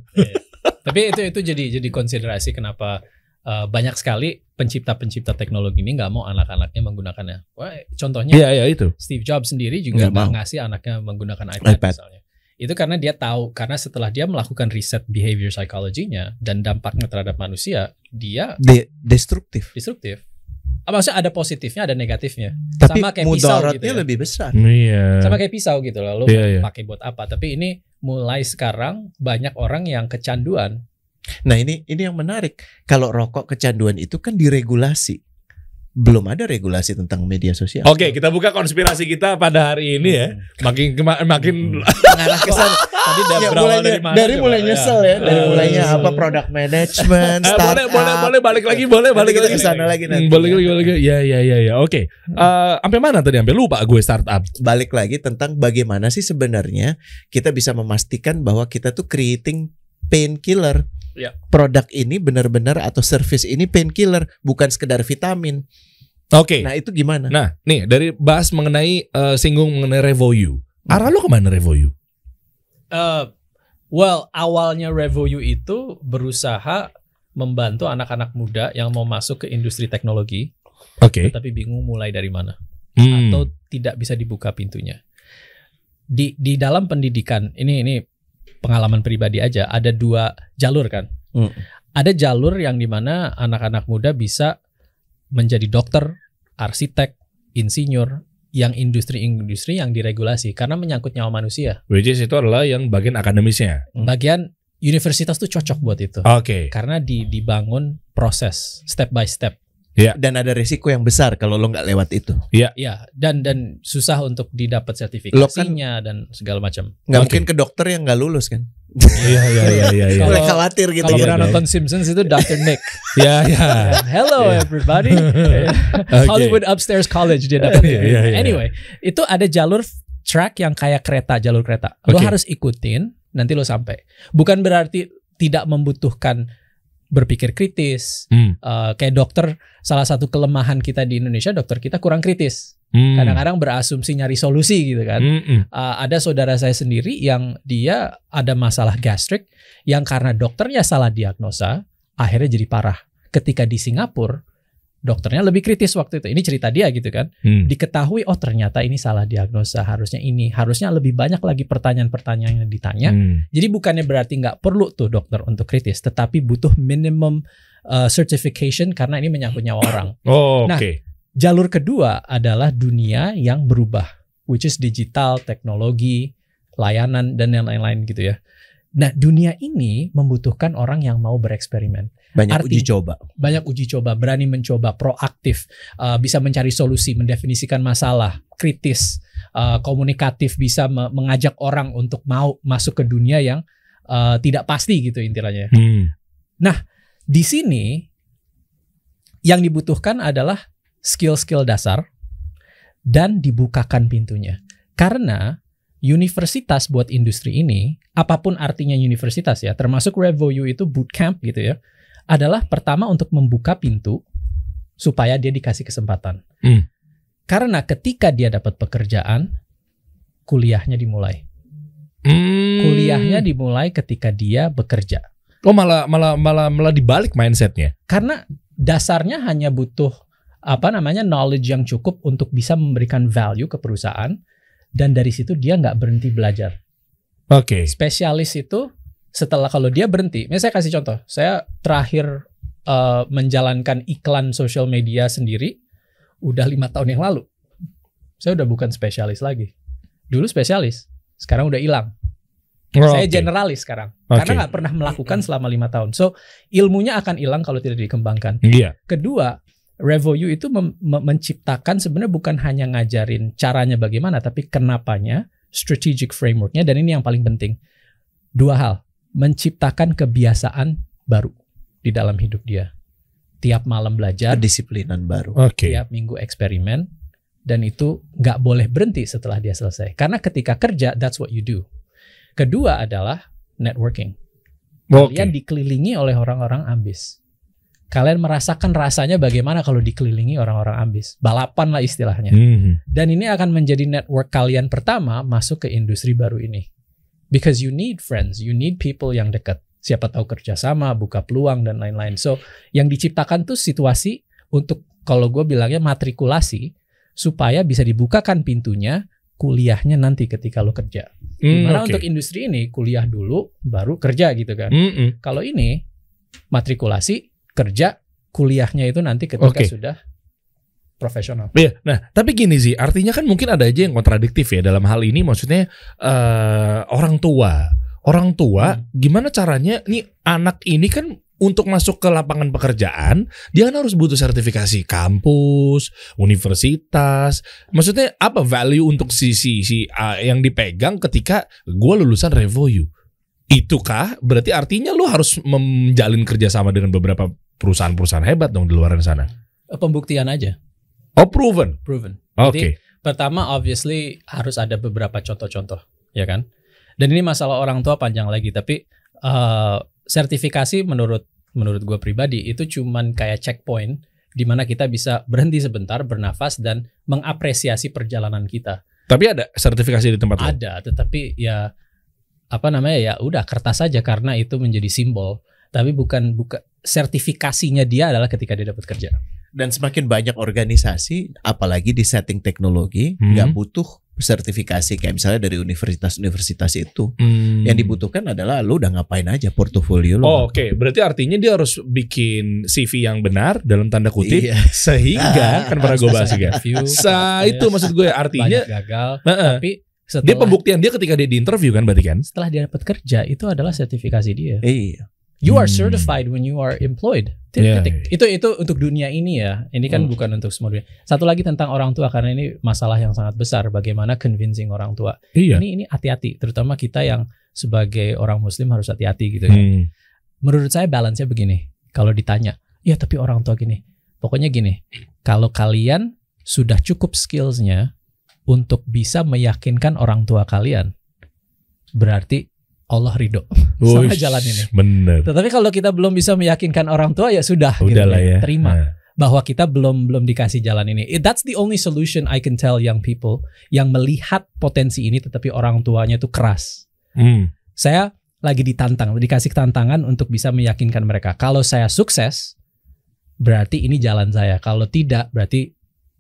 Tapi itu itu jadi jadi konsiderasi kenapa uh, banyak sekali pencipta-pencipta teknologi ini nggak mau anak-anaknya menggunakannya. Wah, contohnya Iya, iya itu. Steve Jobs sendiri juga Nggak mau. nggak ngasih anaknya menggunakan iPad, iPad. misalnya. Itu karena dia tahu, karena setelah dia melakukan riset behavior psychology-nya dan dampaknya terhadap manusia, dia De- destruktif. destruktif. Ah, maksudnya ada positifnya, ada negatifnya. Tapi Sama kayak pisau mudaratnya gitu ya. lebih besar. Iya. Sama kayak pisau gitu loh, lo Iya, iya. pakai buat apa? Tapi ini mulai sekarang banyak orang yang kecanduan. Nah ini ini yang menarik. Kalau rokok kecanduan itu kan diregulasi. Belum ada regulasi tentang media sosial. Oke, kita buka konspirasi kita pada hari ini ya. Makin kema- makin Mengarah ke sana. Tadi udah Ya, berawal mulai dari dari, mana? dari coba? mulai Ya. nyesel ya. Dari Eh, mulainya nyesel. apa product management, Eh, boleh, startup. boleh, boleh balik lagi, boleh Nanti balik kita lagi. ke sana lagi nanti. Hmm, balik lagi, balik lagi. Ya, ya, ya, ya. Oke. Eh, sampai mana tadi? Sampai lupa gue startup. Balik lagi tentang bagaimana sih sebenarnya kita bisa memastikan bahwa kita tuh creating painkiller. Ya. Produk ini benar-benar atau service ini painkiller, bukan sekedar vitamin. Oke. Nah itu gimana? Nah, nih dari bahas mengenai eh, singgung mengenai Revoyu. Arah lu kemana Revoyu? Uh, well, awalnya Revoyu itu berusaha membantu anak-anak muda yang mau masuk ke industri teknologi, Oke. tapi bingung mulai dari mana Hmm. atau tidak bisa dibuka pintunya. Di di dalam pendidikan ini ini pengalaman pribadi aja, ada dua jalur kan. Hmm. Ada jalur yang dimana anak-anak muda bisa menjadi dokter, arsitek, insinyur, yang industri-industri yang diregulasi karena menyangkut nyawa manusia. Which is itu adalah yang bagian akademisnya. Bagian universitas tuh cocok buat itu. Oke. Karena di, dibangun proses step by step. Dan ada resiko yang besar kalau lo nggak lewat itu. Ya, dan dan susah untuk didapat sertifikasinya dan segala macam. Nggak Oke. mungkin ke dokter yang nggak lulus kan? Iya iya iya iya. iya. Mulai khawatir gitu Kalau ya. pernah nonton Simpsons itu dokter Nick. Ya ya. Hello everybody. Hollywood Upstairs College dia dapat. Iya, iya, iya. Anyway, itu ada jalur track yang kayak kereta, jalur kereta. Lo Oke. harus ikutin, nanti lo sampai. Bukan berarti tidak membutuhkan berpikir kritis. Hmm. Uh, kayak dokter, salah satu kelemahan kita di Indonesia, dokter kita kurang kritis. Hmm. Kadang-kadang berasumsi nyari solusi gitu kan. Hmm, hmm. Uh, ada saudara saya sendiri yang dia ada masalah gastrik yang karena dokternya salah diagnosa, akhirnya jadi parah. Ketika di Singapura, dokternya lebih kritis waktu itu. Ini cerita dia gitu kan. Hmm. Diketahui, oh ternyata ini salah diagnosa, harusnya ini, harusnya lebih banyak lagi pertanyaan-pertanyaan yang ditanya. Hmm. Jadi bukannya berarti nggak perlu tuh dokter untuk kritis, tetapi butuh minimum uh, certification karena ini menyangkut nyawa orang. Oh, oke. Nah, jalur kedua adalah dunia yang berubah, which is digital, teknologi, layanan, dan yang lain-lain gitu ya. Nah, dunia ini membutuhkan orang yang mau bereksperimen. Banyak Arti- uji coba. Banyak uji coba, berani mencoba, proaktif, uh, bisa mencari solusi, mendefinisikan masalah, kritis, uh, komunikatif, bisa me- mengajak orang untuk mau masuk ke dunia yang uh, tidak pasti gitu intinya. Hmm. Di sini yang dibutuhkan adalah skill-skill dasar dan dibukakan pintunya. Karena universitas buat industri ini, apapun artinya universitas ya, termasuk Revoyu itu bootcamp gitu ya, adalah pertama untuk membuka pintu supaya dia dikasih kesempatan. Hmm. Karena ketika dia dapat pekerjaan, kuliahnya dimulai. Hmm. Kuliahnya dimulai ketika dia bekerja. Oh malah malah malah malah dibalik mindsetnya. Karena dasarnya hanya butuh apa namanya knowledge yang cukup untuk bisa memberikan value ke perusahaan, dan dari situ dia nggak berhenti belajar. Oke. Spesialis itu setelah kalau dia berhenti, misalnya saya kasih contoh, saya terakhir uh, menjalankan iklan social media sendiri udah lima tahun yang lalu. Saya udah bukan spesialis lagi. Dulu spesialis, sekarang udah hilang. Oh, Saya oke. generalis sekarang, Oke. karena nggak pernah melakukan selama lima tahun. So ilmunya akan hilang kalau tidak dikembangkan. Iya. Kedua, Revoyu itu mem- mem- menciptakan sebenarnya bukan hanya ngajarin caranya bagaimana, tapi kenapanya, strategic frameworknya, dan ini yang paling penting. Dua hal, menciptakan kebiasaan baru di dalam hidup dia. Tiap malam belajar, Kedisiplinan baru. Oke. tiap minggu eksperimen, dan itu nggak boleh berhenti setelah dia selesai. Karena ketika kerja, that's what you do. Kedua adalah networking. Oke. Kalian dikelilingi oleh orang-orang ambis. Kalian merasakan rasanya bagaimana kalau dikelilingi orang-orang ambis. Balapan lah istilahnya. Hmm. Dan ini akan menjadi network kalian pertama masuk ke industri baru ini. Because you need friends, you need people yang dekat. Siapa tahu kerjasama, buka peluang, dan lain-lain. So, yang diciptakan tuh situasi untuk, kalau gue bilangnya matrikulasi, supaya bisa dibukakan pintunya, kuliahnya nanti ketika lo kerja. Dimana Hmm, oke. untuk industri ini, kuliah dulu, baru kerja gitu kan. Hmm. Kalau ini matrikulasi, kerja, kuliahnya itu nanti ketika Oke. sudah profesional. Iya, nah tapi gini sih, artinya kan mungkin ada aja yang kontradiktif ya dalam hal ini. Maksudnya eh, orang tua, orang tua, Hmm. gimana caranya nih anak ini kan untuk masuk ke lapangan pekerjaan, dia kan harus butuh sertifikasi kampus, universitas. Maksudnya apa value untuk si si si uh, yang dipegang ketika gue lulusan Revoyu? Itukah berarti artinya lu harus menjalin kerjasama dengan beberapa perusahaan-perusahaan hebat dong di luar sana? Pembuktian aja, Oh proven. proven. Oke. Jadi pertama obviously harus ada beberapa contoh-contoh, ya kan? Dan ini masalah orang tua panjang lagi, tapi uh, sertifikasi menurut menurut gue pribadi itu cuman kayak checkpoint di mana kita bisa berhenti sebentar, bernafas, dan mengapresiasi perjalanan kita. Tapi ada sertifikasi di tempat lo? Ada, tetapi ya apa namanya ya udah kertas saja karena itu menjadi simbol. Tapi bukan bukan sertifikasinya dia adalah ketika dia dapat kerja. Dan semakin banyak organisasi, apalagi di setting teknologi, Hmm. nggak butuh sertifikasi kayak misalnya dari universitas-universitas itu. Hmm. Yang dibutuhkan adalah lu udah ngapain aja portofolio lu. Oh, oke. Berarti artinya dia harus bikin C V yang benar dalam tanda kutip, Iya. sehingga kan pernah gue bahas juga. Interview, Sa itu maksud gue artinya banyak gagal. Heeh. Tapi dia setelah pembuktian dia ketika dia di interview kan berarti kan? setelah dia dapat kerja itu adalah sertifikasi dia. Iya. You are Hmm. certified when you are employed. Titik, Iya, titik. iya. Itu itu untuk dunia ini ya. Ini kan Hmm. bukan untuk semua dunia. Satu lagi tentang orang tua, karena ini masalah yang sangat besar. Bagaimana convincing orang tua. Iya. Ini ini hati-hati, terutama kita yang sebagai orang muslim harus hati-hati gitu ya. Hmm. Menurut saya balance-nya begini. Kalau ditanya, ya tapi orang tua gini. Pokoknya gini, kalau kalian sudah cukup skills-nya untuk bisa meyakinkan orang tua kalian, berarti Allah ridho sama Uish, jalan ini. Bener. Tetapi kalau kita belum bisa meyakinkan orang tua, ya sudah, Udah gitu lah ya. terima Nah. bahwa kita belum belum dikasih jalan ini. It, that's the only solution I can tell young people yang melihat potensi ini, tetapi orang tuanya itu keras. Hmm. Saya lagi ditantang, dikasih tantangan untuk bisa meyakinkan mereka. Kalau saya sukses, berarti ini jalan saya. Kalau tidak, berarti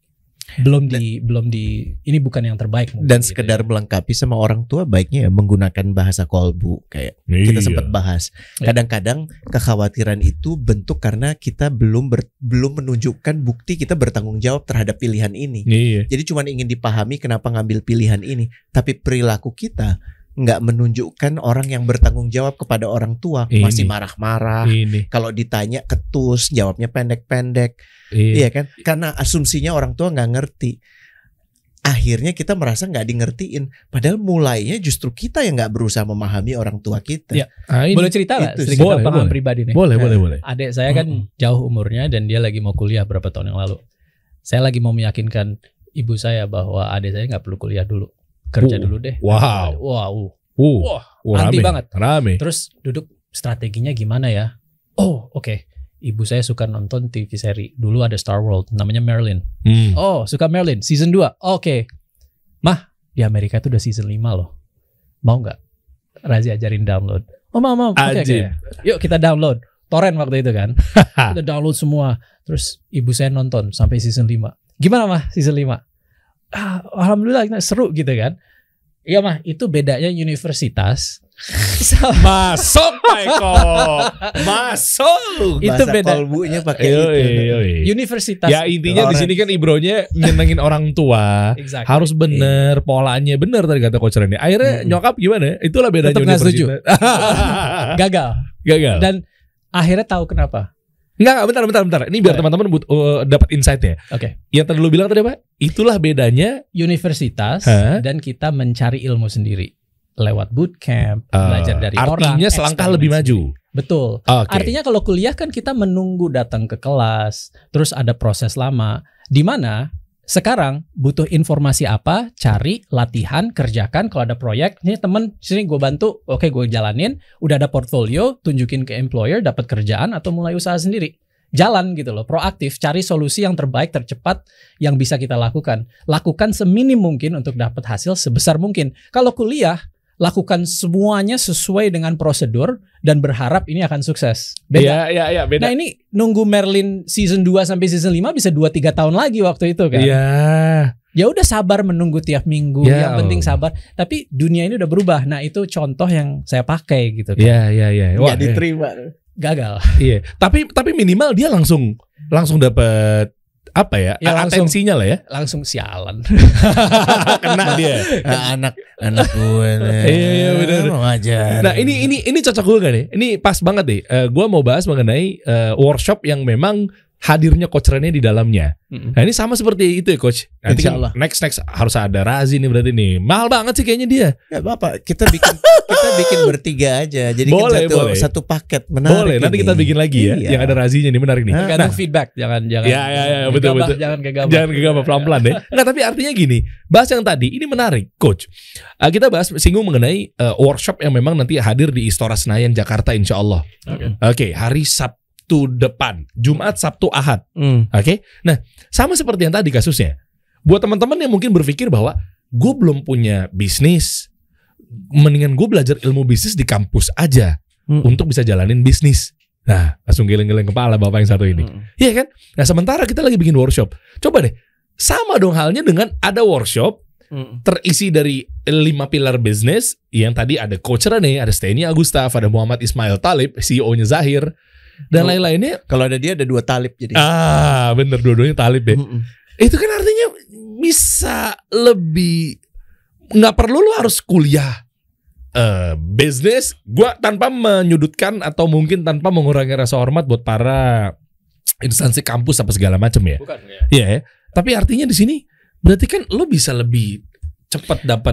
belum di belum di ini bukan yang terbaik mungkin, Dan gitu sekedar ya. melengkapi sama orang tua, baiknya ya menggunakan bahasa kolbu kayak kita Iya. sempat bahas. Ya. Kadang-kadang kekhawatiran itu bentuk karena kita belum ber- belum menunjukkan bukti kita bertanggung jawab terhadap pilihan ini. Iya. Jadi cuma ingin dipahami kenapa ngambil pilihan ini, tapi perilaku kita nggak menunjukkan orang yang bertanggung jawab kepada orang tua, Ini. masih marah-marah. Ini. Kalau ditanya ketus, jawabnya pendek-pendek. Iya. Iya kan? Karena asumsinya orang tua nggak ngerti. Akhirnya kita merasa nggak di ngertiin. Padahal mulainya justru kita yang nggak berusaha memahami orang tua kita. Iya. Ah, ini. Boleh cerita nggak? Itu Sedikit boleh, pengalaman boleh. pribadi nih. Boleh, Nah. boleh, boleh. Adik saya kan Mm-mm. jauh umurnya dan dia lagi mau kuliah berapa tahun yang lalu. Saya lagi mau meyakinkan ibu saya bahwa adik saya nggak perlu kuliah dulu, kerja Uh, dulu deh. wow. Wow. Uh, Wah, uh, anti rame, banget. Rame. Terus duduk strateginya gimana ya? Oh, oke. Ibu saya suka nonton T V seri. Dulu ada Star World, namanya Merlin. Hmm. Oh, suka Merlin, season dua. Oke. Mah, di Amerika itu udah season lima loh. Mau nggak? Razi ajarin download. Oh, mau, mau. Oke, oke. Ajib. Yuk kita download. Torrent waktu itu kan. Kita download semua. Terus ibu saya nonton sampai season lima. Gimana mah season lima? Ah, alhamdulillah seru gitu kan. Iya mah, itu bedanya universitas. Masuk, Pak Eko. Masuk. Itu Bahasa beda. kolbunya pakai Yoi, itu. yoi. Universitas. Ya intinya di Orang. sini kan ibronya nyenengin orang tua. Exactly. Harus bener, polanya bener tadi kata Coach Reni. Akhirnya Mm-mm. nyokap gimana? Itulah bedanya Tetep nggak setuju. universitas. Gagal. Gagal. Dan akhirnya tahu kenapa. Enggak, enggak, bentar, bentar, bentar. Ini biar Boleh. teman-teman but- uh, dapat insight-nya. Oke. Yang tadi lu bilang tadi apa? Itulah bedanya. Universitas Hah? dan kita mencari ilmu sendiri lewat bootcamp, uh, belajar dari orang. artinya selangkah eksperimen lebih maju. sendiri. Betul. Oke. Artinya kalau kuliah kan kita menunggu datang ke kelas, terus ada proses lama. Di mana sekarang butuh informasi apa, cari, latihan, kerjakan. Kalau ada proyek, nih temen sini gue bantu, oke gue jalanin. Udah ada portfolio, tunjukin ke employer, dapat kerjaan atau mulai usaha sendiri. Jalan gitu loh, proaktif, cari solusi yang terbaik, tercepat yang bisa kita lakukan. Lakukan seminim mungkin untuk dapat hasil sebesar mungkin. Kalau kuliah, lakukan semuanya sesuai dengan prosedur dan berharap ini akan sukses. Beda. Iya, iya, iya, beda. Nah ini nunggu Merlin season dua sampai season lima bisa dua tiga tahun lagi waktu itu kan. Iya. Ya udah sabar menunggu tiap minggu, Ya yang penting Allah. sabar. Tapi dunia ini udah berubah. Nah itu contoh yang saya pakai gitu kan. Iya, iya, iya. Wah, Nggak iya. diterima. Gagal. Iya. Tapi tapi minimal dia langsung langsung dapat apa ya? Ya, langsung. Atensinya lah ya. Langsung sialan. Kena dia. Ah, anak anak gue nih. Iya, iya, bener. Mau ngajar. Nah ini ini ini cocok gue gak nih? Ini pas banget nih. Uh, gue mau bahas mengenai uh, workshop yang memang hadirnya Coach Rene di dalamnya. Nah ini sama seperti itu ya Coach. Nanti Insya kan Allah. next next harus ada Razi nih berarti nih. Mahal banget sih kayaknya dia. Gak apa-apa, kita bikin kita bikin bertiga aja. Jadi Boleh, kan satu, boleh. satu paket menarik. Boleh. Nanti ini. kita bikin lagi ya. Iya. Yang ada Razinya nih menarik nih. Hah? Tergantung Nah, feedback, jangan jangan. Ya, ya, ya, betul, gegabah, betul. Jangan gegabah. Jangan gegabah pelan-pelan deh. Enggak, tapi artinya gini, bahas yang tadi ini menarik, Coach. Uh, kita bahas singgung mengenai uh, workshop yang memang nanti hadir di Istora Senayan Jakarta insya Allah. Oke. Oke, hari Sabtu depan, Jumat, Sabtu, Ahad. Hmm. Oke. Nah, sama seperti yang tadi kasusnya. Buat teman-teman yang mungkin berpikir bahwa gue belum punya bisnis, mendingan gue belajar ilmu bisnis di kampus aja Hmm. untuk bisa jalanin bisnis. Nah, langsung geleng-geleng kepala bapak yang satu ini. Hmm. Iya kan? Nah, sementara kita lagi bikin workshop. Coba deh, sama dong halnya dengan ada workshop Hmm. terisi dari lima pilar bisnis yang tadi ada Coach Rene, ada Steny Agustaf, ada Muhammad Ismail Talib, C E O-nya Zahir, dan Oh. lain-lainnya. Kalau ada dia ada dua talib jadi. Ah, bener dua-duanya Talib deh. Mm-mm. Itu kan artinya bisa lebih, nggak perlu lu harus kuliah eh bisnis. Gua tanpa menyudutkan atau mungkin tanpa mengurangi rasa hormat buat para instansi kampus apa segala macam ya. Bukan ya. Iya ya. Tapi artinya di sini berarti kan lu bisa lebih cepat dapat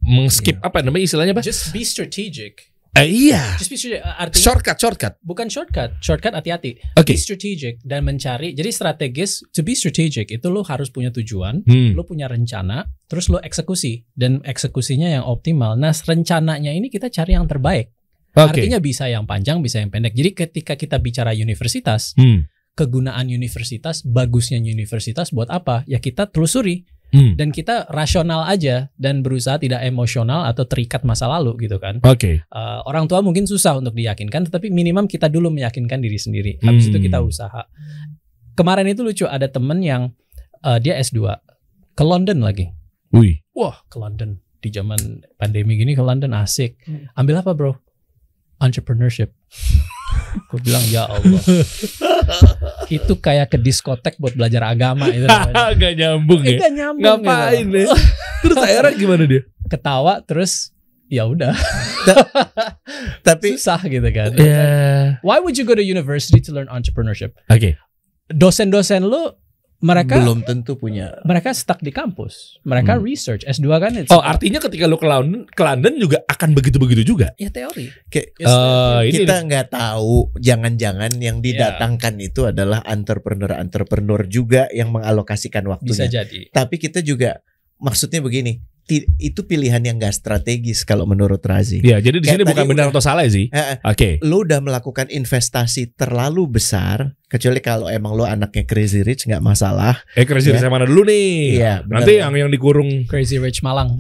mengskip Iya. apa namanya istilahnya apa? Just be strategic. Eh, iya. Just be strategic. Artinya Shortcut, shortcut. bukan shortcut. Shortcut hati-hati. Oke. Be strategic dan mencari. Jadi strategis, to be strategic itu lo harus punya tujuan, Hmm. lo punya rencana, terus lo eksekusi dan eksekusinya yang optimal. Nah, rencananya ini kita cari yang terbaik. Oke. Artinya bisa yang panjang, bisa yang pendek. Jadi ketika kita bicara universitas, Hmm. kegunaan universitas, bagusnya universitas buat apa? Ya kita telusuri. Hmm. Dan kita rasional aja dan berusaha tidak emosional atau terikat masa lalu gitu kan. Oke. Uh, orang tua mungkin susah untuk diyakinkan, tetapi minimum kita dulu meyakinkan diri sendiri. Habis Hmm. itu kita usaha. Kemarin itu lucu, ada temen yang uh, dia S dua ke London lagi. Wih. Wah, ke London di zaman pandemi gini, ke London asik. Ambil apa bro? Entrepreneurship. Gue bilang ya Allah. Itu kayak ke diskotek buat belajar agama itu. Gak nyambung ya. Gak nyambung. Ngapain gitu. ya? Terus akhirnya gimana dia? Ketawa terus ya udah. Tapi Susah gitu kan. Ya. Why would you go to university to learn entrepreneurship? Oke. Dosen-dosen lu mereka belum tentu punya. mereka stuck di kampus. Mereka Hmm. research S dua kan it's Oh, artinya ketika lu ke London, ke London juga akan begitu-begitu juga. ya teori. Kayak Yes, Eh, ini kita nggak tahu, jangan-jangan yang didatangkan itu adalah entrepreneur-entrepreneur juga yang mengalokasikan Bisa waktunya. jadi. Tapi kita juga maksudnya begini, ti- itu pilihan yang gak strategis kalau menurut Razi. ya, jadi di Kayak sini bukan tadi benar udah- atau salah sih. Eh, eh, Oke. Lo udah melakukan investasi terlalu besar, kecuali kalau emang lo anaknya crazy rich nggak masalah. Eh, Crazy Ya. Rich mana dulu nih? Iya, benar. Nanti yang yang dikurung. Crazy Rich Malang.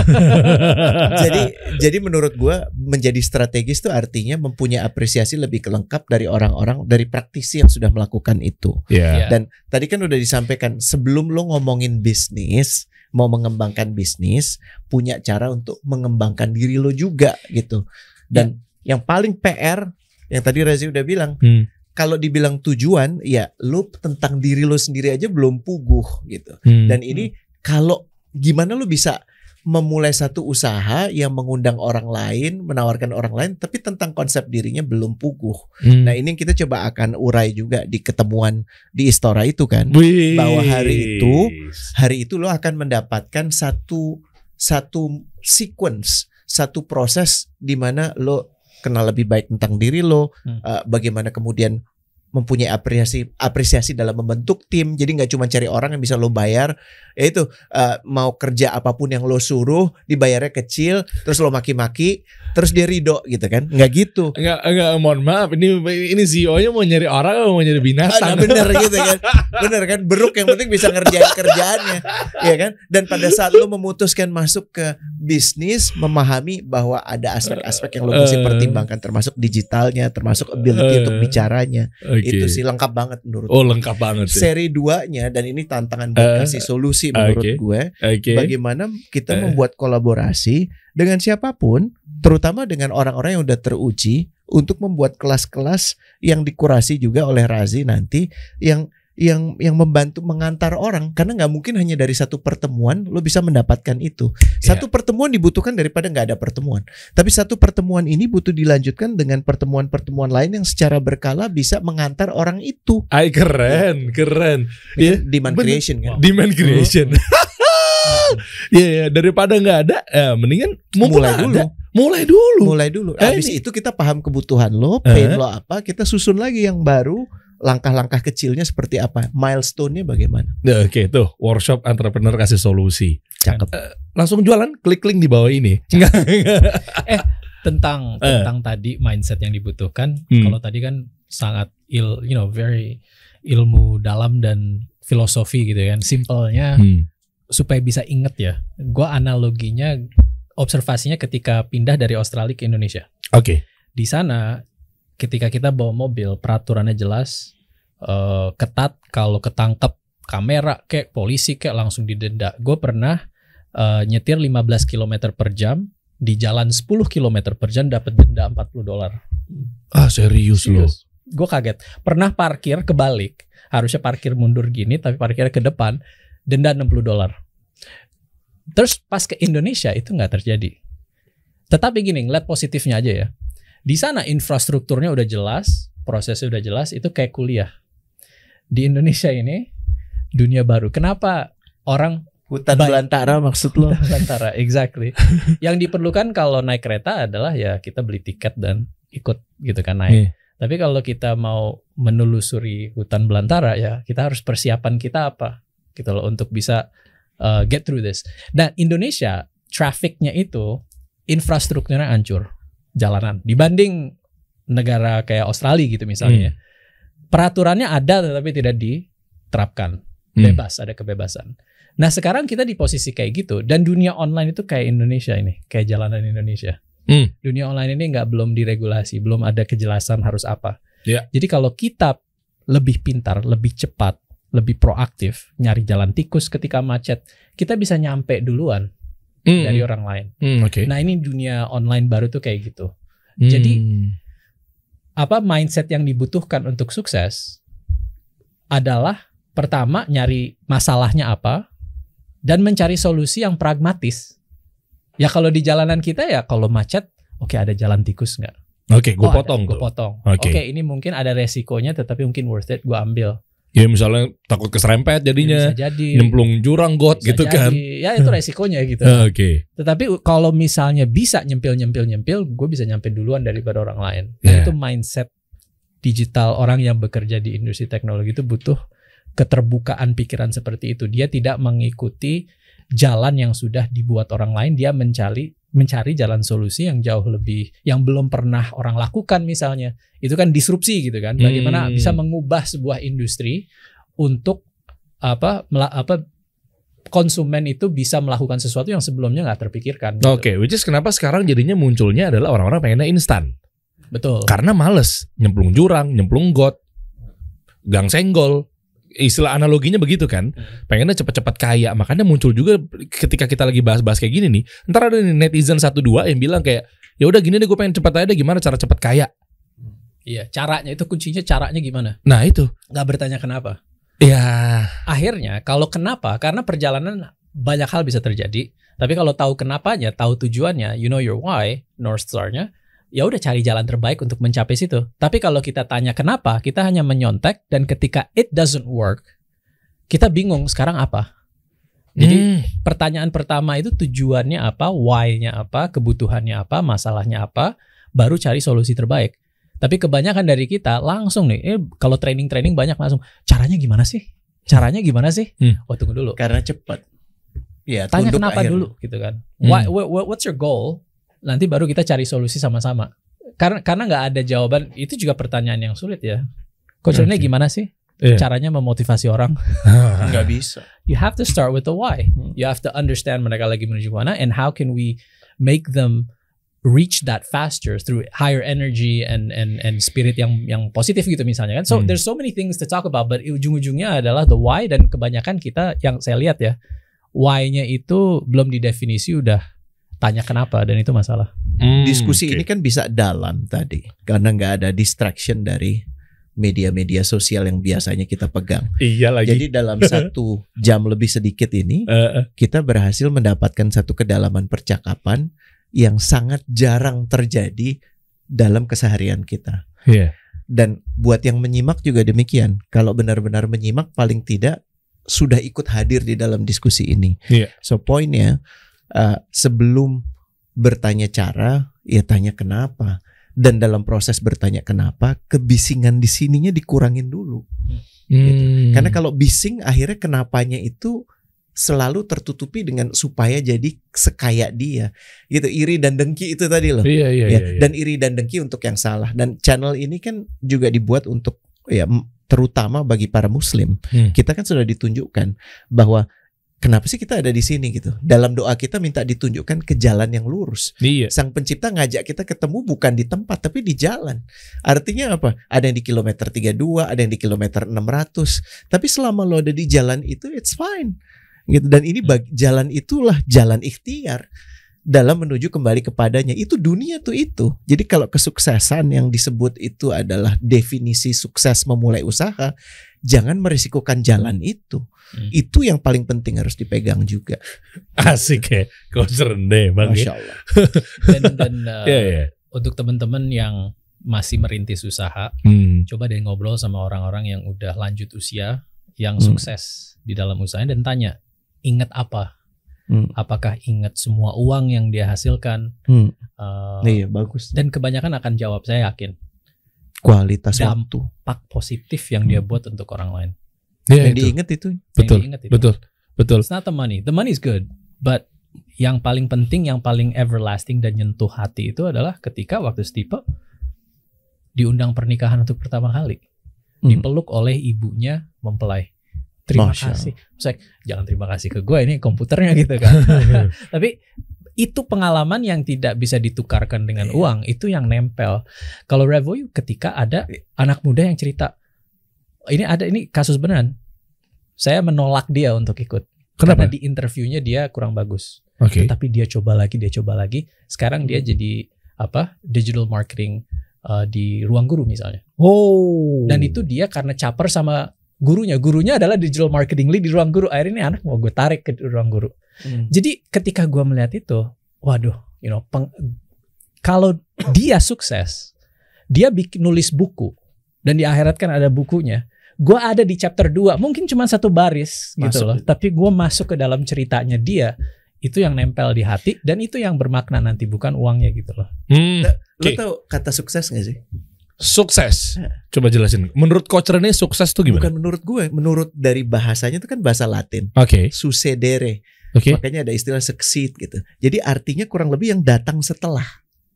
jadi jadi menurut gua menjadi strategis itu artinya mempunyai apresiasi lebih lengkap dari orang-orang, dari praktisi yang sudah melakukan itu. Ya. Iya. Dan tadi kan udah disampaikan, sebelum lo ngomongin bisnis, mau mengembangkan bisnis, punya cara untuk mengembangkan diri lo juga gitu. Dan yang paling P R yang tadi Razi udah bilang, Hmm. kalau dibilang tujuan, ya lo tentang diri lo sendiri aja belum puguh gitu. Hmm. Dan ini kalau gimana lo bisa memulai satu usaha yang mengundang orang lain, menawarkan orang lain, tapi tentang konsep dirinya belum puguh. Hmm. Nah ini yang kita coba akan urai juga di ketemuan di Istora itu kan. Wih. bahwa hari itu, Hari itu lo akan mendapatkan satu satu sequence, satu proses di mana lo kenal lebih baik tentang diri lo, Hmm. uh, bagaimana kemudian mempunyai apresiasi apresiasi dalam membentuk tim. Jadi nggak cuma cari orang yang bisa lo bayar, yaitu uh, mau kerja apapun yang lo suruh dibayarnya kecil, terus lo maki-maki, terus dia ridho gitu kan? Nggak gitu. Enggak, enggak, mohon maaf. Ini ini C E O-nya mau nyari orang atau mau nyari Ah, binatang? nah bener gitu kan, bener kan, beruk yang penting bisa ngerjain kerjaannya, ya kan. Dan pada saat lo memutuskan masuk ke bisnis, memahami bahwa ada aspek-aspek yang lo mesti Uh. pertimbangkan, termasuk digitalnya, termasuk ability Uh. untuk bicaranya. Oke. Itu sih lengkap banget menurut. Oh, lengkap banget ya. Seri duanya, dan ini tantangan buat Uh. kasih solusi menurut Oke. gue, Oke. bagaimana kita Uh. membuat kolaborasi dengan siapapun, terutama dengan orang-orang yang udah teruji, untuk membuat kelas-kelas yang dikurasi juga oleh Razi nanti, yang yang yang membantu mengantar orang, karena nggak mungkin hanya dari satu pertemuan lo bisa mendapatkan itu. Satu pertemuan dibutuhkan daripada nggak ada pertemuan, tapi satu pertemuan ini butuh dilanjutkan dengan pertemuan-pertemuan lain yang secara berkala bisa mengantar orang itu. Ay, keren, keren. Ini Iya, kan demand bener. creation kan. Demand creation. Iya, ya, daripada nggak ada, eh, mendingan mumpung Mulai ada, dulu. mulai dulu. Mulai dulu. Eh, Habis ini- itu kita paham kebutuhan lo, pain Eh. lo apa, kita susun lagi yang baru, langkah-langkah kecilnya seperti apa, milestone-nya bagaimana. Nah, oke, tuh workshop entrepreneur kasih solusi. Cakep. Langsung jualan, klik link di bawah ini. Enggak, enggak. Tentang Eh. tentang tadi mindset yang dibutuhkan. Hmm. Kalau tadi kan sangat il, you know, very ilmu dalam dan filosofi gitu kan. Simpelnya Hmm. supaya bisa inget ya. Gua analoginya, observasinya ketika pindah dari Australia ke Indonesia. Oke. Di sana ketika kita bawa mobil, peraturannya jelas, eh, ketat. Kalau ketangkep kamera kayak polisi kayak langsung didenda. Gue pernah eh, nyetir lima belas kilometer per jam di jalan sepuluh kilometer per jam dapat denda empat puluh dolar. Ah, serius lo. Gue kaget. Pernah parkir kebalik, harusnya parkir mundur gini tapi parkirnya ke depan, denda enam puluh dolar. Terus pas ke Indonesia itu nggak terjadi. Tetapi gini, ngeliat positifnya aja ya. Di sana infrastrukturnya udah jelas, prosesnya udah jelas, itu kayak kuliah. Di Indonesia ini dunia baru. Kenapa orang Hutan Baik. belantara maksud lo? Belantara, exactly. Yang diperlukan kalau naik kereta adalah ya kita beli tiket dan ikut gitu kan naik. Iya. Tapi kalau kita mau menelusuri hutan belantara ya kita harus persiapan kita apa gitu loh untuk bisa uh, get through this. Dan Indonesia trafficnya itu infrastrukturnya hancur, jalanan dibanding negara kayak Australia gitu misalnya. Hmm. Peraturannya ada tetapi tidak diterapkan, bebas, hmm. ada kebebasan. Nah sekarang kita di posisi kayak gitu dan dunia online itu kayak Indonesia ini, kayak jalanan Indonesia. Hmm. Dunia online ini nggak belum diregulasi, belum ada kejelasan harus apa. Yeah. Jadi kalau kita lebih pintar, lebih cepat, lebih proaktif, nyari jalan tikus ketika macet, kita bisa nyampe duluan hmm. dari orang lain. Hmm, okay. Nah ini dunia online baru tuh kayak gitu. Hmm. Jadi apa mindset yang dibutuhkan untuk sukses adalah pertama nyari masalahnya apa. Dan mencari solusi yang pragmatis. Ya kalau di jalanan kita ya kalau macet, oke okay, ada jalan tikus nggak? Oke, okay, gue oh, potong Gue tuh. potong. Oke, okay. okay, ini mungkin ada resikonya, tetapi mungkin worth it, gue ambil. Ya misalnya takut keserempet jadinya, bisa jadi, nyemplung jurang got bisa gitu jadi. kan? Ya itu resikonya gitu. Oke. Okay. Tetapi kalau misalnya bisa nyempil nyempil nyempil, gue bisa nyampe duluan daripada orang lain. Nah, Yeah. itu mindset digital orang yang bekerja di industri teknologi itu butuh keterbukaan pikiran seperti itu. Dia tidak mengikuti jalan yang sudah dibuat orang lain, dia mencari mencari jalan solusi yang jauh lebih yang belum pernah orang lakukan misalnya. Itu kan disrupsi gitu kan. Bagaimana hmm. bisa mengubah sebuah industri untuk apa mela, apa konsumen itu bisa melakukan sesuatu yang sebelumnya nggak terpikirkan. Gitu. Oke, okay, which is kenapa sekarang jadinya munculnya adalah orang-orang pengennya instan. Betul. Karena males nyemplung jurang, nyemplung got, gang senggol. Istilah analoginya begitu kan, pengennya cepat-cepat kaya. Makanya muncul juga ketika kita lagi bahas-bahas kayak gini nih, ntar ada nih netizen satu dua yang bilang kayak, ya udah gini deh gue pengen cepat aja deh, gimana cara cepat kaya? Iya, caranya itu kuncinya caranya gimana? Nah itu, nggak bertanya kenapa. Ya. Akhirnya kalau kenapa, karena perjalanan banyak hal bisa terjadi. Tapi kalau tahu kenapanya, tahu tujuannya, you know your why, North Star-nya, ya udah cari jalan terbaik untuk mencapai situ. Tapi kalau kita tanya kenapa, kita hanya menyontek dan ketika it doesn't work, kita bingung sekarang apa. Jadi hmm. pertanyaan pertama itu tujuannya apa, why-nya apa, kebutuhannya apa, masalahnya apa, baru cari solusi terbaik. Tapi kebanyakan dari kita langsung nih, eh, kalau training-training banyak langsung, caranya gimana sih? Caranya gimana sih? Hmm. Oh tunggu dulu. Karena cepat. Ya, tanya kenapa akhirnya. dulu gitu kan. Hmm. Why, what, what's your goal? Nanti baru kita cari solusi sama-sama. Karena karena nggak ada jawaban, itu juga pertanyaan yang sulit ya. Coach Rene okay. gimana sih yeah. caranya memotivasi orang? Nggak bisa. You have to start with the why. You have to understand mereka lagi menuju mana and how can we make them reach that faster through higher energy and and and spirit yang yang positif gitu misalnya kan. So hmm. there's so many things to talk about, but ujung-ujungnya adalah the why dan kebanyakan kita yang saya lihat ya, why-nya itu belum didefinisi udah tanya kenapa dan itu masalah. Hmm, Diskusi okay. ini kan bisa dalam tadi karena nggak ada distraction dari media-media sosial yang biasanya kita pegang. Iya lagi. Jadi dalam satu jam lebih sedikit ini uh, uh. kita berhasil mendapatkan satu kedalaman percakapan yang sangat jarang terjadi dalam keseharian kita. Yeah. Dan buat yang menyimak juga demikian. Kalau benar-benar menyimak paling tidak sudah ikut hadir di dalam diskusi ini. Yeah. So poinnya Uh, sebelum bertanya cara, ya tanya kenapa. Dan dalam proses bertanya kenapa, kebisingan di sininya dikurangin dulu. Hmm. Gitu. Karena kalau bising, akhirnya kenapanya itu selalu tertutupi dengan supaya jadi sekaya dia. Gitu, iri dan dengki itu tadi loh. Iya, iya, ya. iya, iya. Dan iri dan dengki untuk yang salah. Dan channel ini kan juga dibuat untuk ya terutama bagi para Muslim. Hmm. Kita kan sudah ditunjukkan bahwa kenapa sih kita ada di sini gitu? Dalam doa kita minta ditunjukkan ke jalan yang lurus. Iya. Sang pencipta ngajak kita ketemu bukan di tempat tapi di jalan. Artinya apa? Ada yang di kilometer tiga puluh dua, ada yang di kilometer enam ratus. Tapi selama lo ada di jalan itu, it's fine. Gitu. Dan ini bagi, jalan itulah jalan ikhtiar dalam menuju kembali kepadanya. Itu dunia tuh itu. Jadi kalau kesuksesan yang disebut itu adalah definisi sukses memulai usaha, jangan merisikokan jalan itu. Hmm. Itu yang paling penting harus dipegang juga. Asik ya, Coach Rene Bang. Masya Allah. Dan, dan uh, yeah, yeah. untuk teman-teman yang masih merintis usaha, hmm. coba deh ngobrol sama orang-orang yang udah lanjut usia, yang hmm. sukses di dalam usahanya dan tanya, ingat apa? Hmm. Apakah ingat semua uang yang dia hasilkan? Hmm. Uh, Iya bagus. Dan kebanyakan akan jawab, saya yakin. Kualitas waktu. Dampak positif yang dia buat untuk orang lain. Ya, Yang itu. diingat itu. Betul, Yang diingat itu. betul, betul. It's not the money. The money is good, but yang paling penting, yang paling everlasting dan nyentuh hati itu adalah ketika waktu Stipe diundang pernikahan untuk pertama kali, Hmm. dipeluk oleh ibunya mempelai. Terima Masya kasih. Saya jangan terima kasih ke gue, ini komputernya gitu kan. Tapi itu pengalaman yang tidak bisa ditukarkan dengan uang, itu yang nempel. Kalau Revoyu ketika ada anak muda yang cerita, ini ada ini kasus beneran. Saya menolak dia untuk ikut. Kenapa? Karena di interviewnya dia kurang bagus. Oke. Tapi dia coba lagi, dia coba lagi. Sekarang dia jadi apa? Digital marketing uh, di Ruang Guru misalnya. Oh. Dan itu dia karena caper sama gurunya. Gurunya adalah digital marketing lead di Ruang Guru. Akhirnya ini anak mau gue tarik ke Ruang Guru. Hmm. Jadi ketika gue melihat itu, waduh, you know, peng, kalau dia sukses, dia bikin nulis buku dan di akhirat kan ada bukunya. Gue ada di chapter dua, mungkin cuma satu baris gitu Masuk. loh. Tapi gue masuk ke dalam ceritanya dia. Itu yang nempel di hati dan itu yang bermakna nanti, bukan uangnya gitu loh. Hmm. Lu Oke. tahu kata sukses gak sih? Sukses. Coba jelasin. Menurut Coach Rene sukses tuh gimana? Bukan menurut gue, menurut dari bahasanya itu kan bahasa Latin. Oke. Sucedere. Oke. Makanya ada istilah succeed gitu. Jadi artinya kurang lebih yang datang setelah.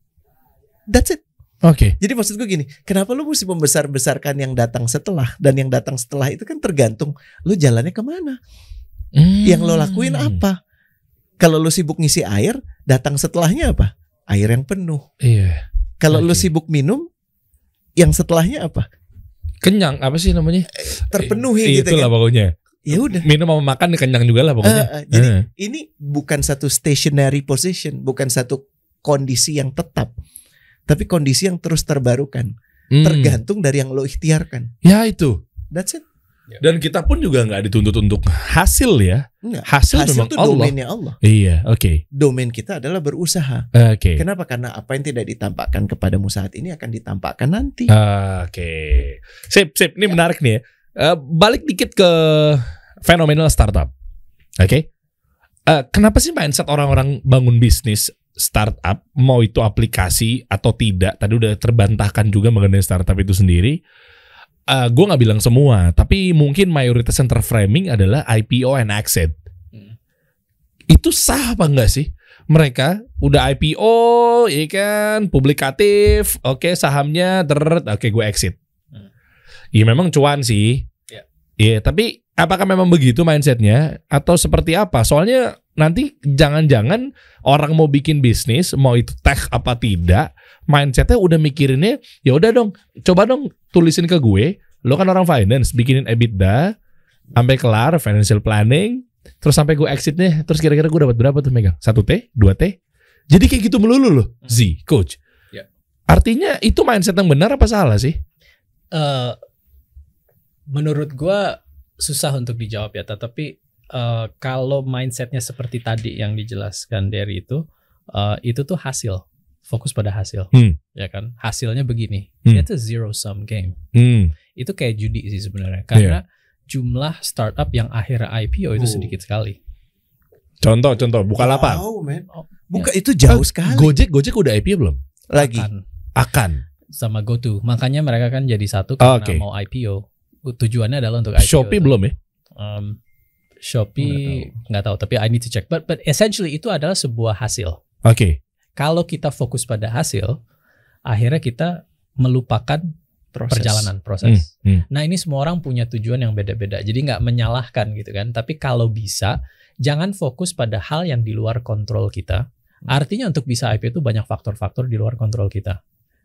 That's it. Oke. Jadi maksud gue gini, kenapa lu mesti membesar-besarkan yang datang setelah? Dan yang datang setelah itu kan tergantung lu jalannya kemana. Hmm. Yang lo lakuin apa? Kalau lu sibuk ngisi air, datang setelahnya apa? Air yang penuh. Iya. Kalau lu Oke. sibuk minum, yang setelahnya apa? Kenyang apa sih namanya? Terpenuhi gitu Itulah kan. pokoknya. Ya udah. Minum sama makan kenyang juga lah pokoknya. Uh, uh, jadi Eh. ini bukan satu stationary position, bukan satu kondisi yang tetap, tapi kondisi yang terus terbarukan, Hmm. tergantung dari yang lo ikhtiarkan. Ya itu. That's it. Dan kita pun juga nggak dituntut untuk hasil ya. Enggak. Hasil, Hasil memang itu Allah. domainnya Allah. Iya, oke. Domain kita adalah berusaha. Oke. Kenapa? Karena apa yang tidak ditampakkan kepadamu saat ini akan ditampakkan nanti. Oke. Sip, sip. Ini menarik nih ya. Eh, balik dikit ke fenomenal startup. Oke. Eh, kenapa sih mindset orang-orang bangun bisnis startup, mau itu aplikasi atau tidak, tadi udah terbantahkan juga mengenai startup itu sendiri. Uh, gue nggak bilang semua, tapi mungkin mayoritas yang terframing adalah I P O and exit. Hmm. Itu sah apa enggak sih? Mereka udah I P O, ya kan, publikatif, oke sahamnya teret, oke gue exit. Hmm. Iya memang cuan sih. Ya. Iya, tapi apakah memang begitu mindsetnya atau seperti apa? Soalnya nanti jangan-jangan orang mau bikin bisnis, mau itu tech apa tidak, mindsetnya udah mikirinnya, ya udah dong, coba dong tulisin ke gue, lo kan orang finance, bikinin EBITDA sampai kelar financial planning, terus sampai gue exit nih, terus kira-kira gue dapat berapa tuh megang? satu T, dua T? Jadi kayak gitu melulu loh, Z, coach. Ya. Artinya itu mindset yang benar apa salah sih? Uh, menurut gua susah untuk dijawab ya, tetapi uh, kalau mindsetnya seperti tadi yang dijelaskan dari itu, uh, itu tuh hasil, fokus pada hasil, Hmm. ya kan? Hasilnya begini, Hmm. itu zero sum game. Hmm. Itu kayak judi sih sebenarnya, karena jumlah startup yang akhirnya I P O itu Oh. sedikit sekali. Contoh, contoh, Bukalapak. Jauh, men. Oh, Buka itu jauh Eh, sekali. Gojek, Gojek udah I P O belum? Lagi. Akan Akan. sama GoTo, makanya mereka kan jadi satu karena Oke. mau I P O. Tujuannya adalah untuk I P O. Shopee belum ya? Um, Shopee nggak tahu. tapi I need to check. But but essentially itu adalah sebuah hasil. Oke. Kalau kita fokus pada hasil, akhirnya kita melupakan Proses. perjalanan proses. Hmm, hmm. Nah ini semua orang punya tujuan yang beda-beda. Jadi nggak menyalahkan gitu kan. Tapi kalau bisa, jangan fokus pada hal yang di luar kontrol kita. Artinya untuk bisa I P O itu banyak faktor-faktor di luar kontrol kita.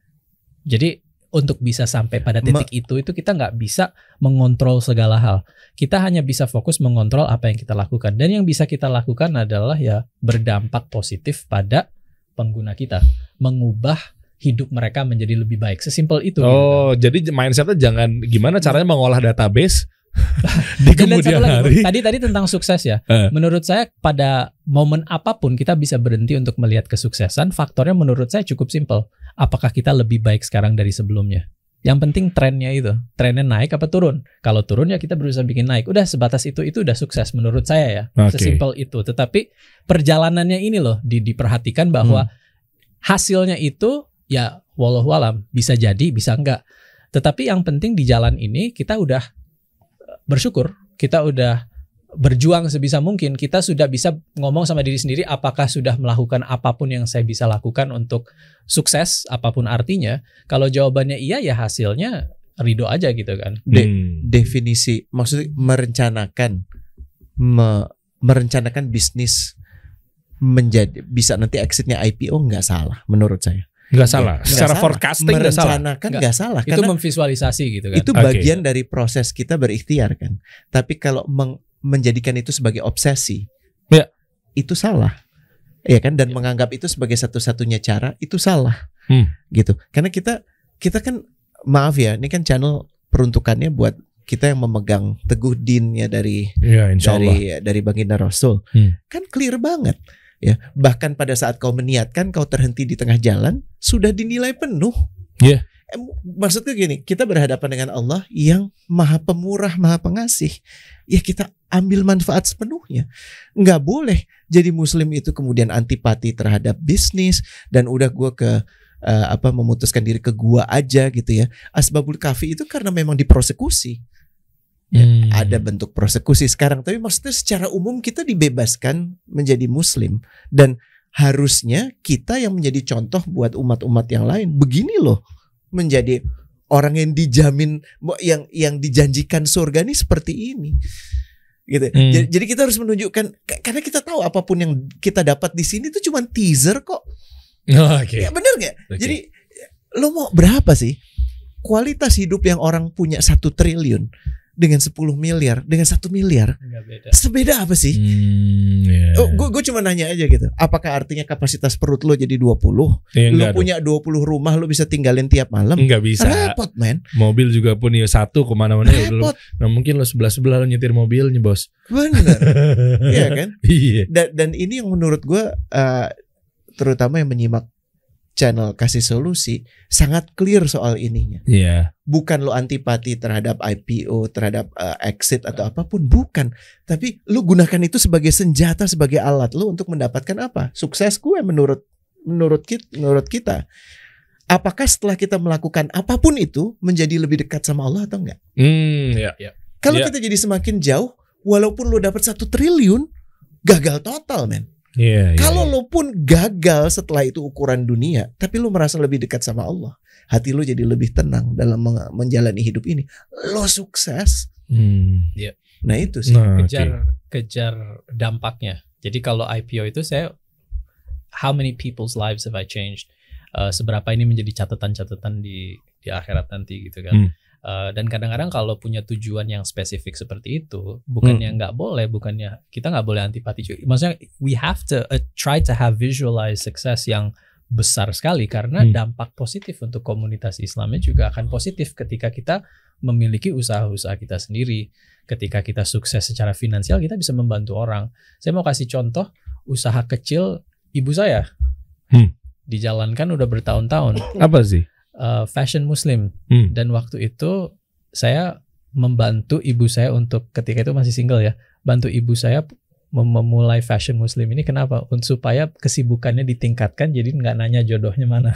Jadi untuk bisa sampai pada titik Ma- itu, itu kita nggak bisa mengontrol segala hal. Kita hanya bisa fokus mengontrol apa yang kita lakukan. Dan yang bisa kita lakukan adalah ya berdampak positif pada pengguna kita. Mengubah hidup mereka menjadi lebih baik. Sesimpel itu. Oh, gitu. Jadi mindsetnya jangan gimana caranya mengolah database di Dan kemudian satu lagi, hari. Tadi tadi tentang sukses ya. Eh. Menurut saya pada momen apapun kita bisa berhenti untuk melihat kesuksesan. Faktornya menurut saya cukup simpel. Apakah kita lebih baik sekarang dari sebelumnya? Yang penting trennya itu, trennya naik apa turun. Kalau turun ya kita berusaha bikin naik. Udah sebatas itu, itu udah sukses menurut saya ya. Okay. Sesimpel itu. Tetapi perjalanannya ini loh di, diperhatikan bahwa hmm. hasilnya itu ya wallahu alam, bisa jadi, bisa enggak. Tetapi yang penting di jalan ini kita udah bersyukur, kita udah berjuang sebisa mungkin. Kita sudah bisa ngomong sama diri sendiri apakah sudah melakukan apapun yang saya bisa lakukan untuk sukses, apapun artinya. Kalau jawabannya iya ya hasilnya ridho aja gitu kan. De- hmm. Definisi maksudnya merencanakan me- merencanakan bisnis menjadi bisa nanti exitnya I P O nggak salah menurut saya. Nggak salah. Nggak Secara salah. forecasting nggak salah. Merencanakan nggak salah. Itu memvisualisasi gitu kan. Itu bagian okay. dari proses kita berikhtiar kan. Tapi kalau meng menjadikan itu sebagai obsesi, ya itu salah, ya kan? Dan ya. menganggap itu sebagai satu-satunya cara itu salah, hmm. gitu. Karena kita kita kan maaf ya, ini kan channel peruntukannya buat kita yang memegang teguh dinnya dari ya, dari dari baginda Rasul, hmm. kan clear banget, ya. Bahkan pada saat kau meniatkan, kau terhenti di tengah jalan, sudah dinilai penuh. Ya. Maksudnya gini, kita berhadapan dengan Allah yang maha pemurah, maha pengasih. Ya kita ambil manfaat sepenuhnya. Nggak boleh jadi muslim itu kemudian antipati terhadap bisnis. Dan udah gue ke uh, apa memutuskan diri ke gua aja gitu ya. Asbabul kafi itu karena memang dipersekusi. Ya, hmm. Ada bentuk persekusi sekarang. Tapi maksudnya secara umum kita dibebaskan menjadi muslim. Dan harusnya kita yang menjadi contoh buat umat-umat yang lain. Begini loh. Menjadi orang yang dijamin yang yang dijanjikan surga ini seperti ini gitu. Hmm. Jadi, jadi kita harus menunjukkan karena kita tahu apapun yang kita dapat di sini itu cuma teaser kok. Oh, okay. Ya benar nggak? Okay. Jadi lo mau berapa sih kualitas hidup yang orang punya satu triliun dengan sepuluh miliar dengan satu miliar? Beda. Sebeda apa sih? Hmm, yeah. Oh, gue gue cuma nanya aja gitu. Apakah artinya kapasitas perut lo jadi dua puluh? Ya, lo punya dua puluh rumah lo bisa tinggalin tiap malam? Enggak bisa. Repot men. Mobil juga pun ya satu kemana-mana. Repot. Nah mungkin lo sebelah-sebelah lo nyetir mobilnya bos. Bener. Iya kan? Iya. Dan, dan ini yang menurut gue uh, terutama yang menyimak channel Kasih Solusi sangat clear soal ininya. Iya. Yeah. Bukan lo antipati terhadap I P O, terhadap uh, exit atau apapun, bukan. Tapi lo gunakan itu sebagai senjata, sebagai alat lo untuk mendapatkan apa? Sukses gue menurut menurut kita, menurut kita. Apakah setelah kita melakukan apapun itu menjadi lebih dekat sama Allah atau enggak? Hmm, ya, ya. Kalau ya. kita jadi semakin jauh, walaupun lo dapat satu triliun, gagal total, men. Yeah, Kalau yeah. lo pun gagal setelah itu ukuran dunia, tapi lo merasa lebih dekat sama Allah, hati lo jadi lebih tenang dalam menjalani hidup ini, lo sukses. Hmm. Yeah. Nah itu sih. Nah, kejar okay. kejar dampaknya. Jadi kalau I P O itu saya, how many people's lives have I changed? Uh, seberapa ini menjadi catatan-catatan di di akhirat nanti gitu kan. Hmm. Uh, dan kadang-kadang kalau punya tujuan yang spesifik seperti itu, bukannya nggak hmm. boleh, bukannya kita nggak boleh antipati juga. Maksudnya we have to uh, try to have visualize success yang besar sekali karena hmm. dampak positif untuk komunitas Islamnya juga akan positif ketika kita memiliki usaha-usaha kita sendiri. Ketika kita sukses secara finansial, kita bisa membantu orang. Saya mau kasih contoh usaha kecil ibu saya, hmm. dijalankan udah bertahun-tahun. Apa sih? Uh, fashion muslim hmm. dan waktu itu saya membantu ibu saya untuk ketika itu masih single ya, bantu ibu saya mem memulai fashion muslim ini. Kenapa? Untuk supaya kesibukannya ditingkatkan, jadi nggak nanya jodohnya mana.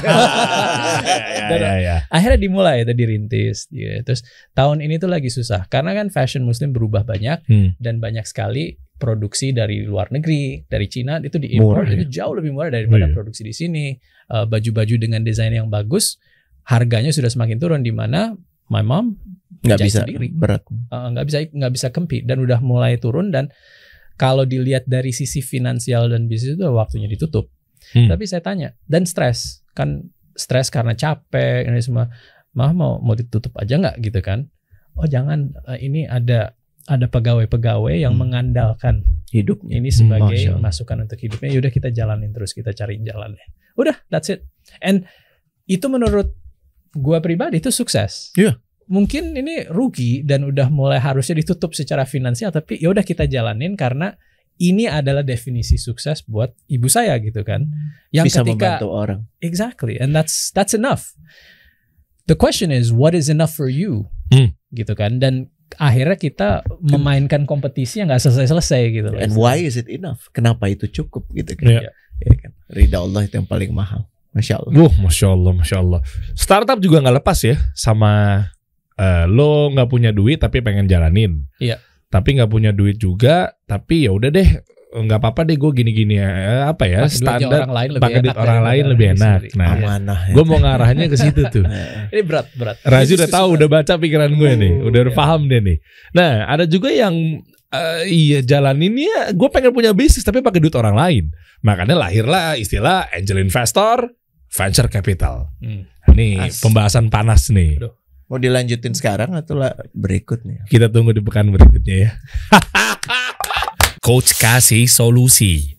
Dan ya, ya, ya. akhirnya dimulai itu dirintis ya. Terus tahun ini tuh lagi susah karena kan fashion muslim berubah banyak hmm. dan banyak sekali produksi dari luar negeri, dari Cina itu diimpor, itu ya? Jauh lebih murah daripada yeah. produksi di sini. Uh, baju-baju dengan desain yang bagus, harganya sudah semakin turun, di mana my mom nggak bisa sendiri, berat, uh, nggak bisa nggak bisa compete dan udah mulai turun. Dan kalau dilihat dari sisi finansial dan bisnis itu waktunya ditutup. Hmm. Tapi saya tanya dan stres kan, stres karena capek ini semua, mah mau mau ditutup aja nggak gitu kan? Oh jangan, uh, ini ada ada pegawai-pegawai yang hmm. mengandalkan hidup ini sebagai hmm, masukan untuk hidupnya. Yaudah kita jalanin terus, kita cari jalannya. Udah, that's it. And itu menurut gua pribadi itu sukses. Iya. Yeah. Mungkin ini rugi dan udah mulai harusnya ditutup secara finansial, tapi yaudah kita jalanin karena ini adalah definisi sukses buat ibu saya gitu kan. Yang bisa ketika membantu orang. Exactly, and that's that's enough. the question is what is enough for you, Hmm. gitu kan? Dan akhirnya kita memainkan kompetisi yang nggak selesai-selesai gitu. And why is it enough? Kenapa itu cukup gitu kan? Iya. Ya kan? Ridha Allah itu yang paling mahal. Masya Allah. Wuh, masya Allah, masya Allah. Startup juga nggak lepas ya sama uh, lo nggak punya duit tapi pengen jalanin. Iya. Tapi nggak punya duit juga, tapi ya udah deh, nggak apa-apa deh gue gini-gini ya, apa ya Pakai duitnya standar. orang lain lebih Pakai duit enak orang daripada lain lebih diri enak. sendiri. Nah, Amanah. Ya. gue mau ngarahnya ke situ tuh. Ini berat, berat. Razi Ini udah tahu, susah. udah baca pikiran gue nih, Oh, udah iya. paham deh nih. Nah, ada juga yang uh, iya jalaninnya, gue pengen punya bisnis tapi pakai duit orang lain. Makanya lahirlah istilah angel investor, venture capital. Hmm. Nih As. pembahasan panas nih. Aduh. Mau dilanjutin sekarang atau lah berikutnya? Kita tunggu di pekan berikutnya ya. Coach kasih solusi.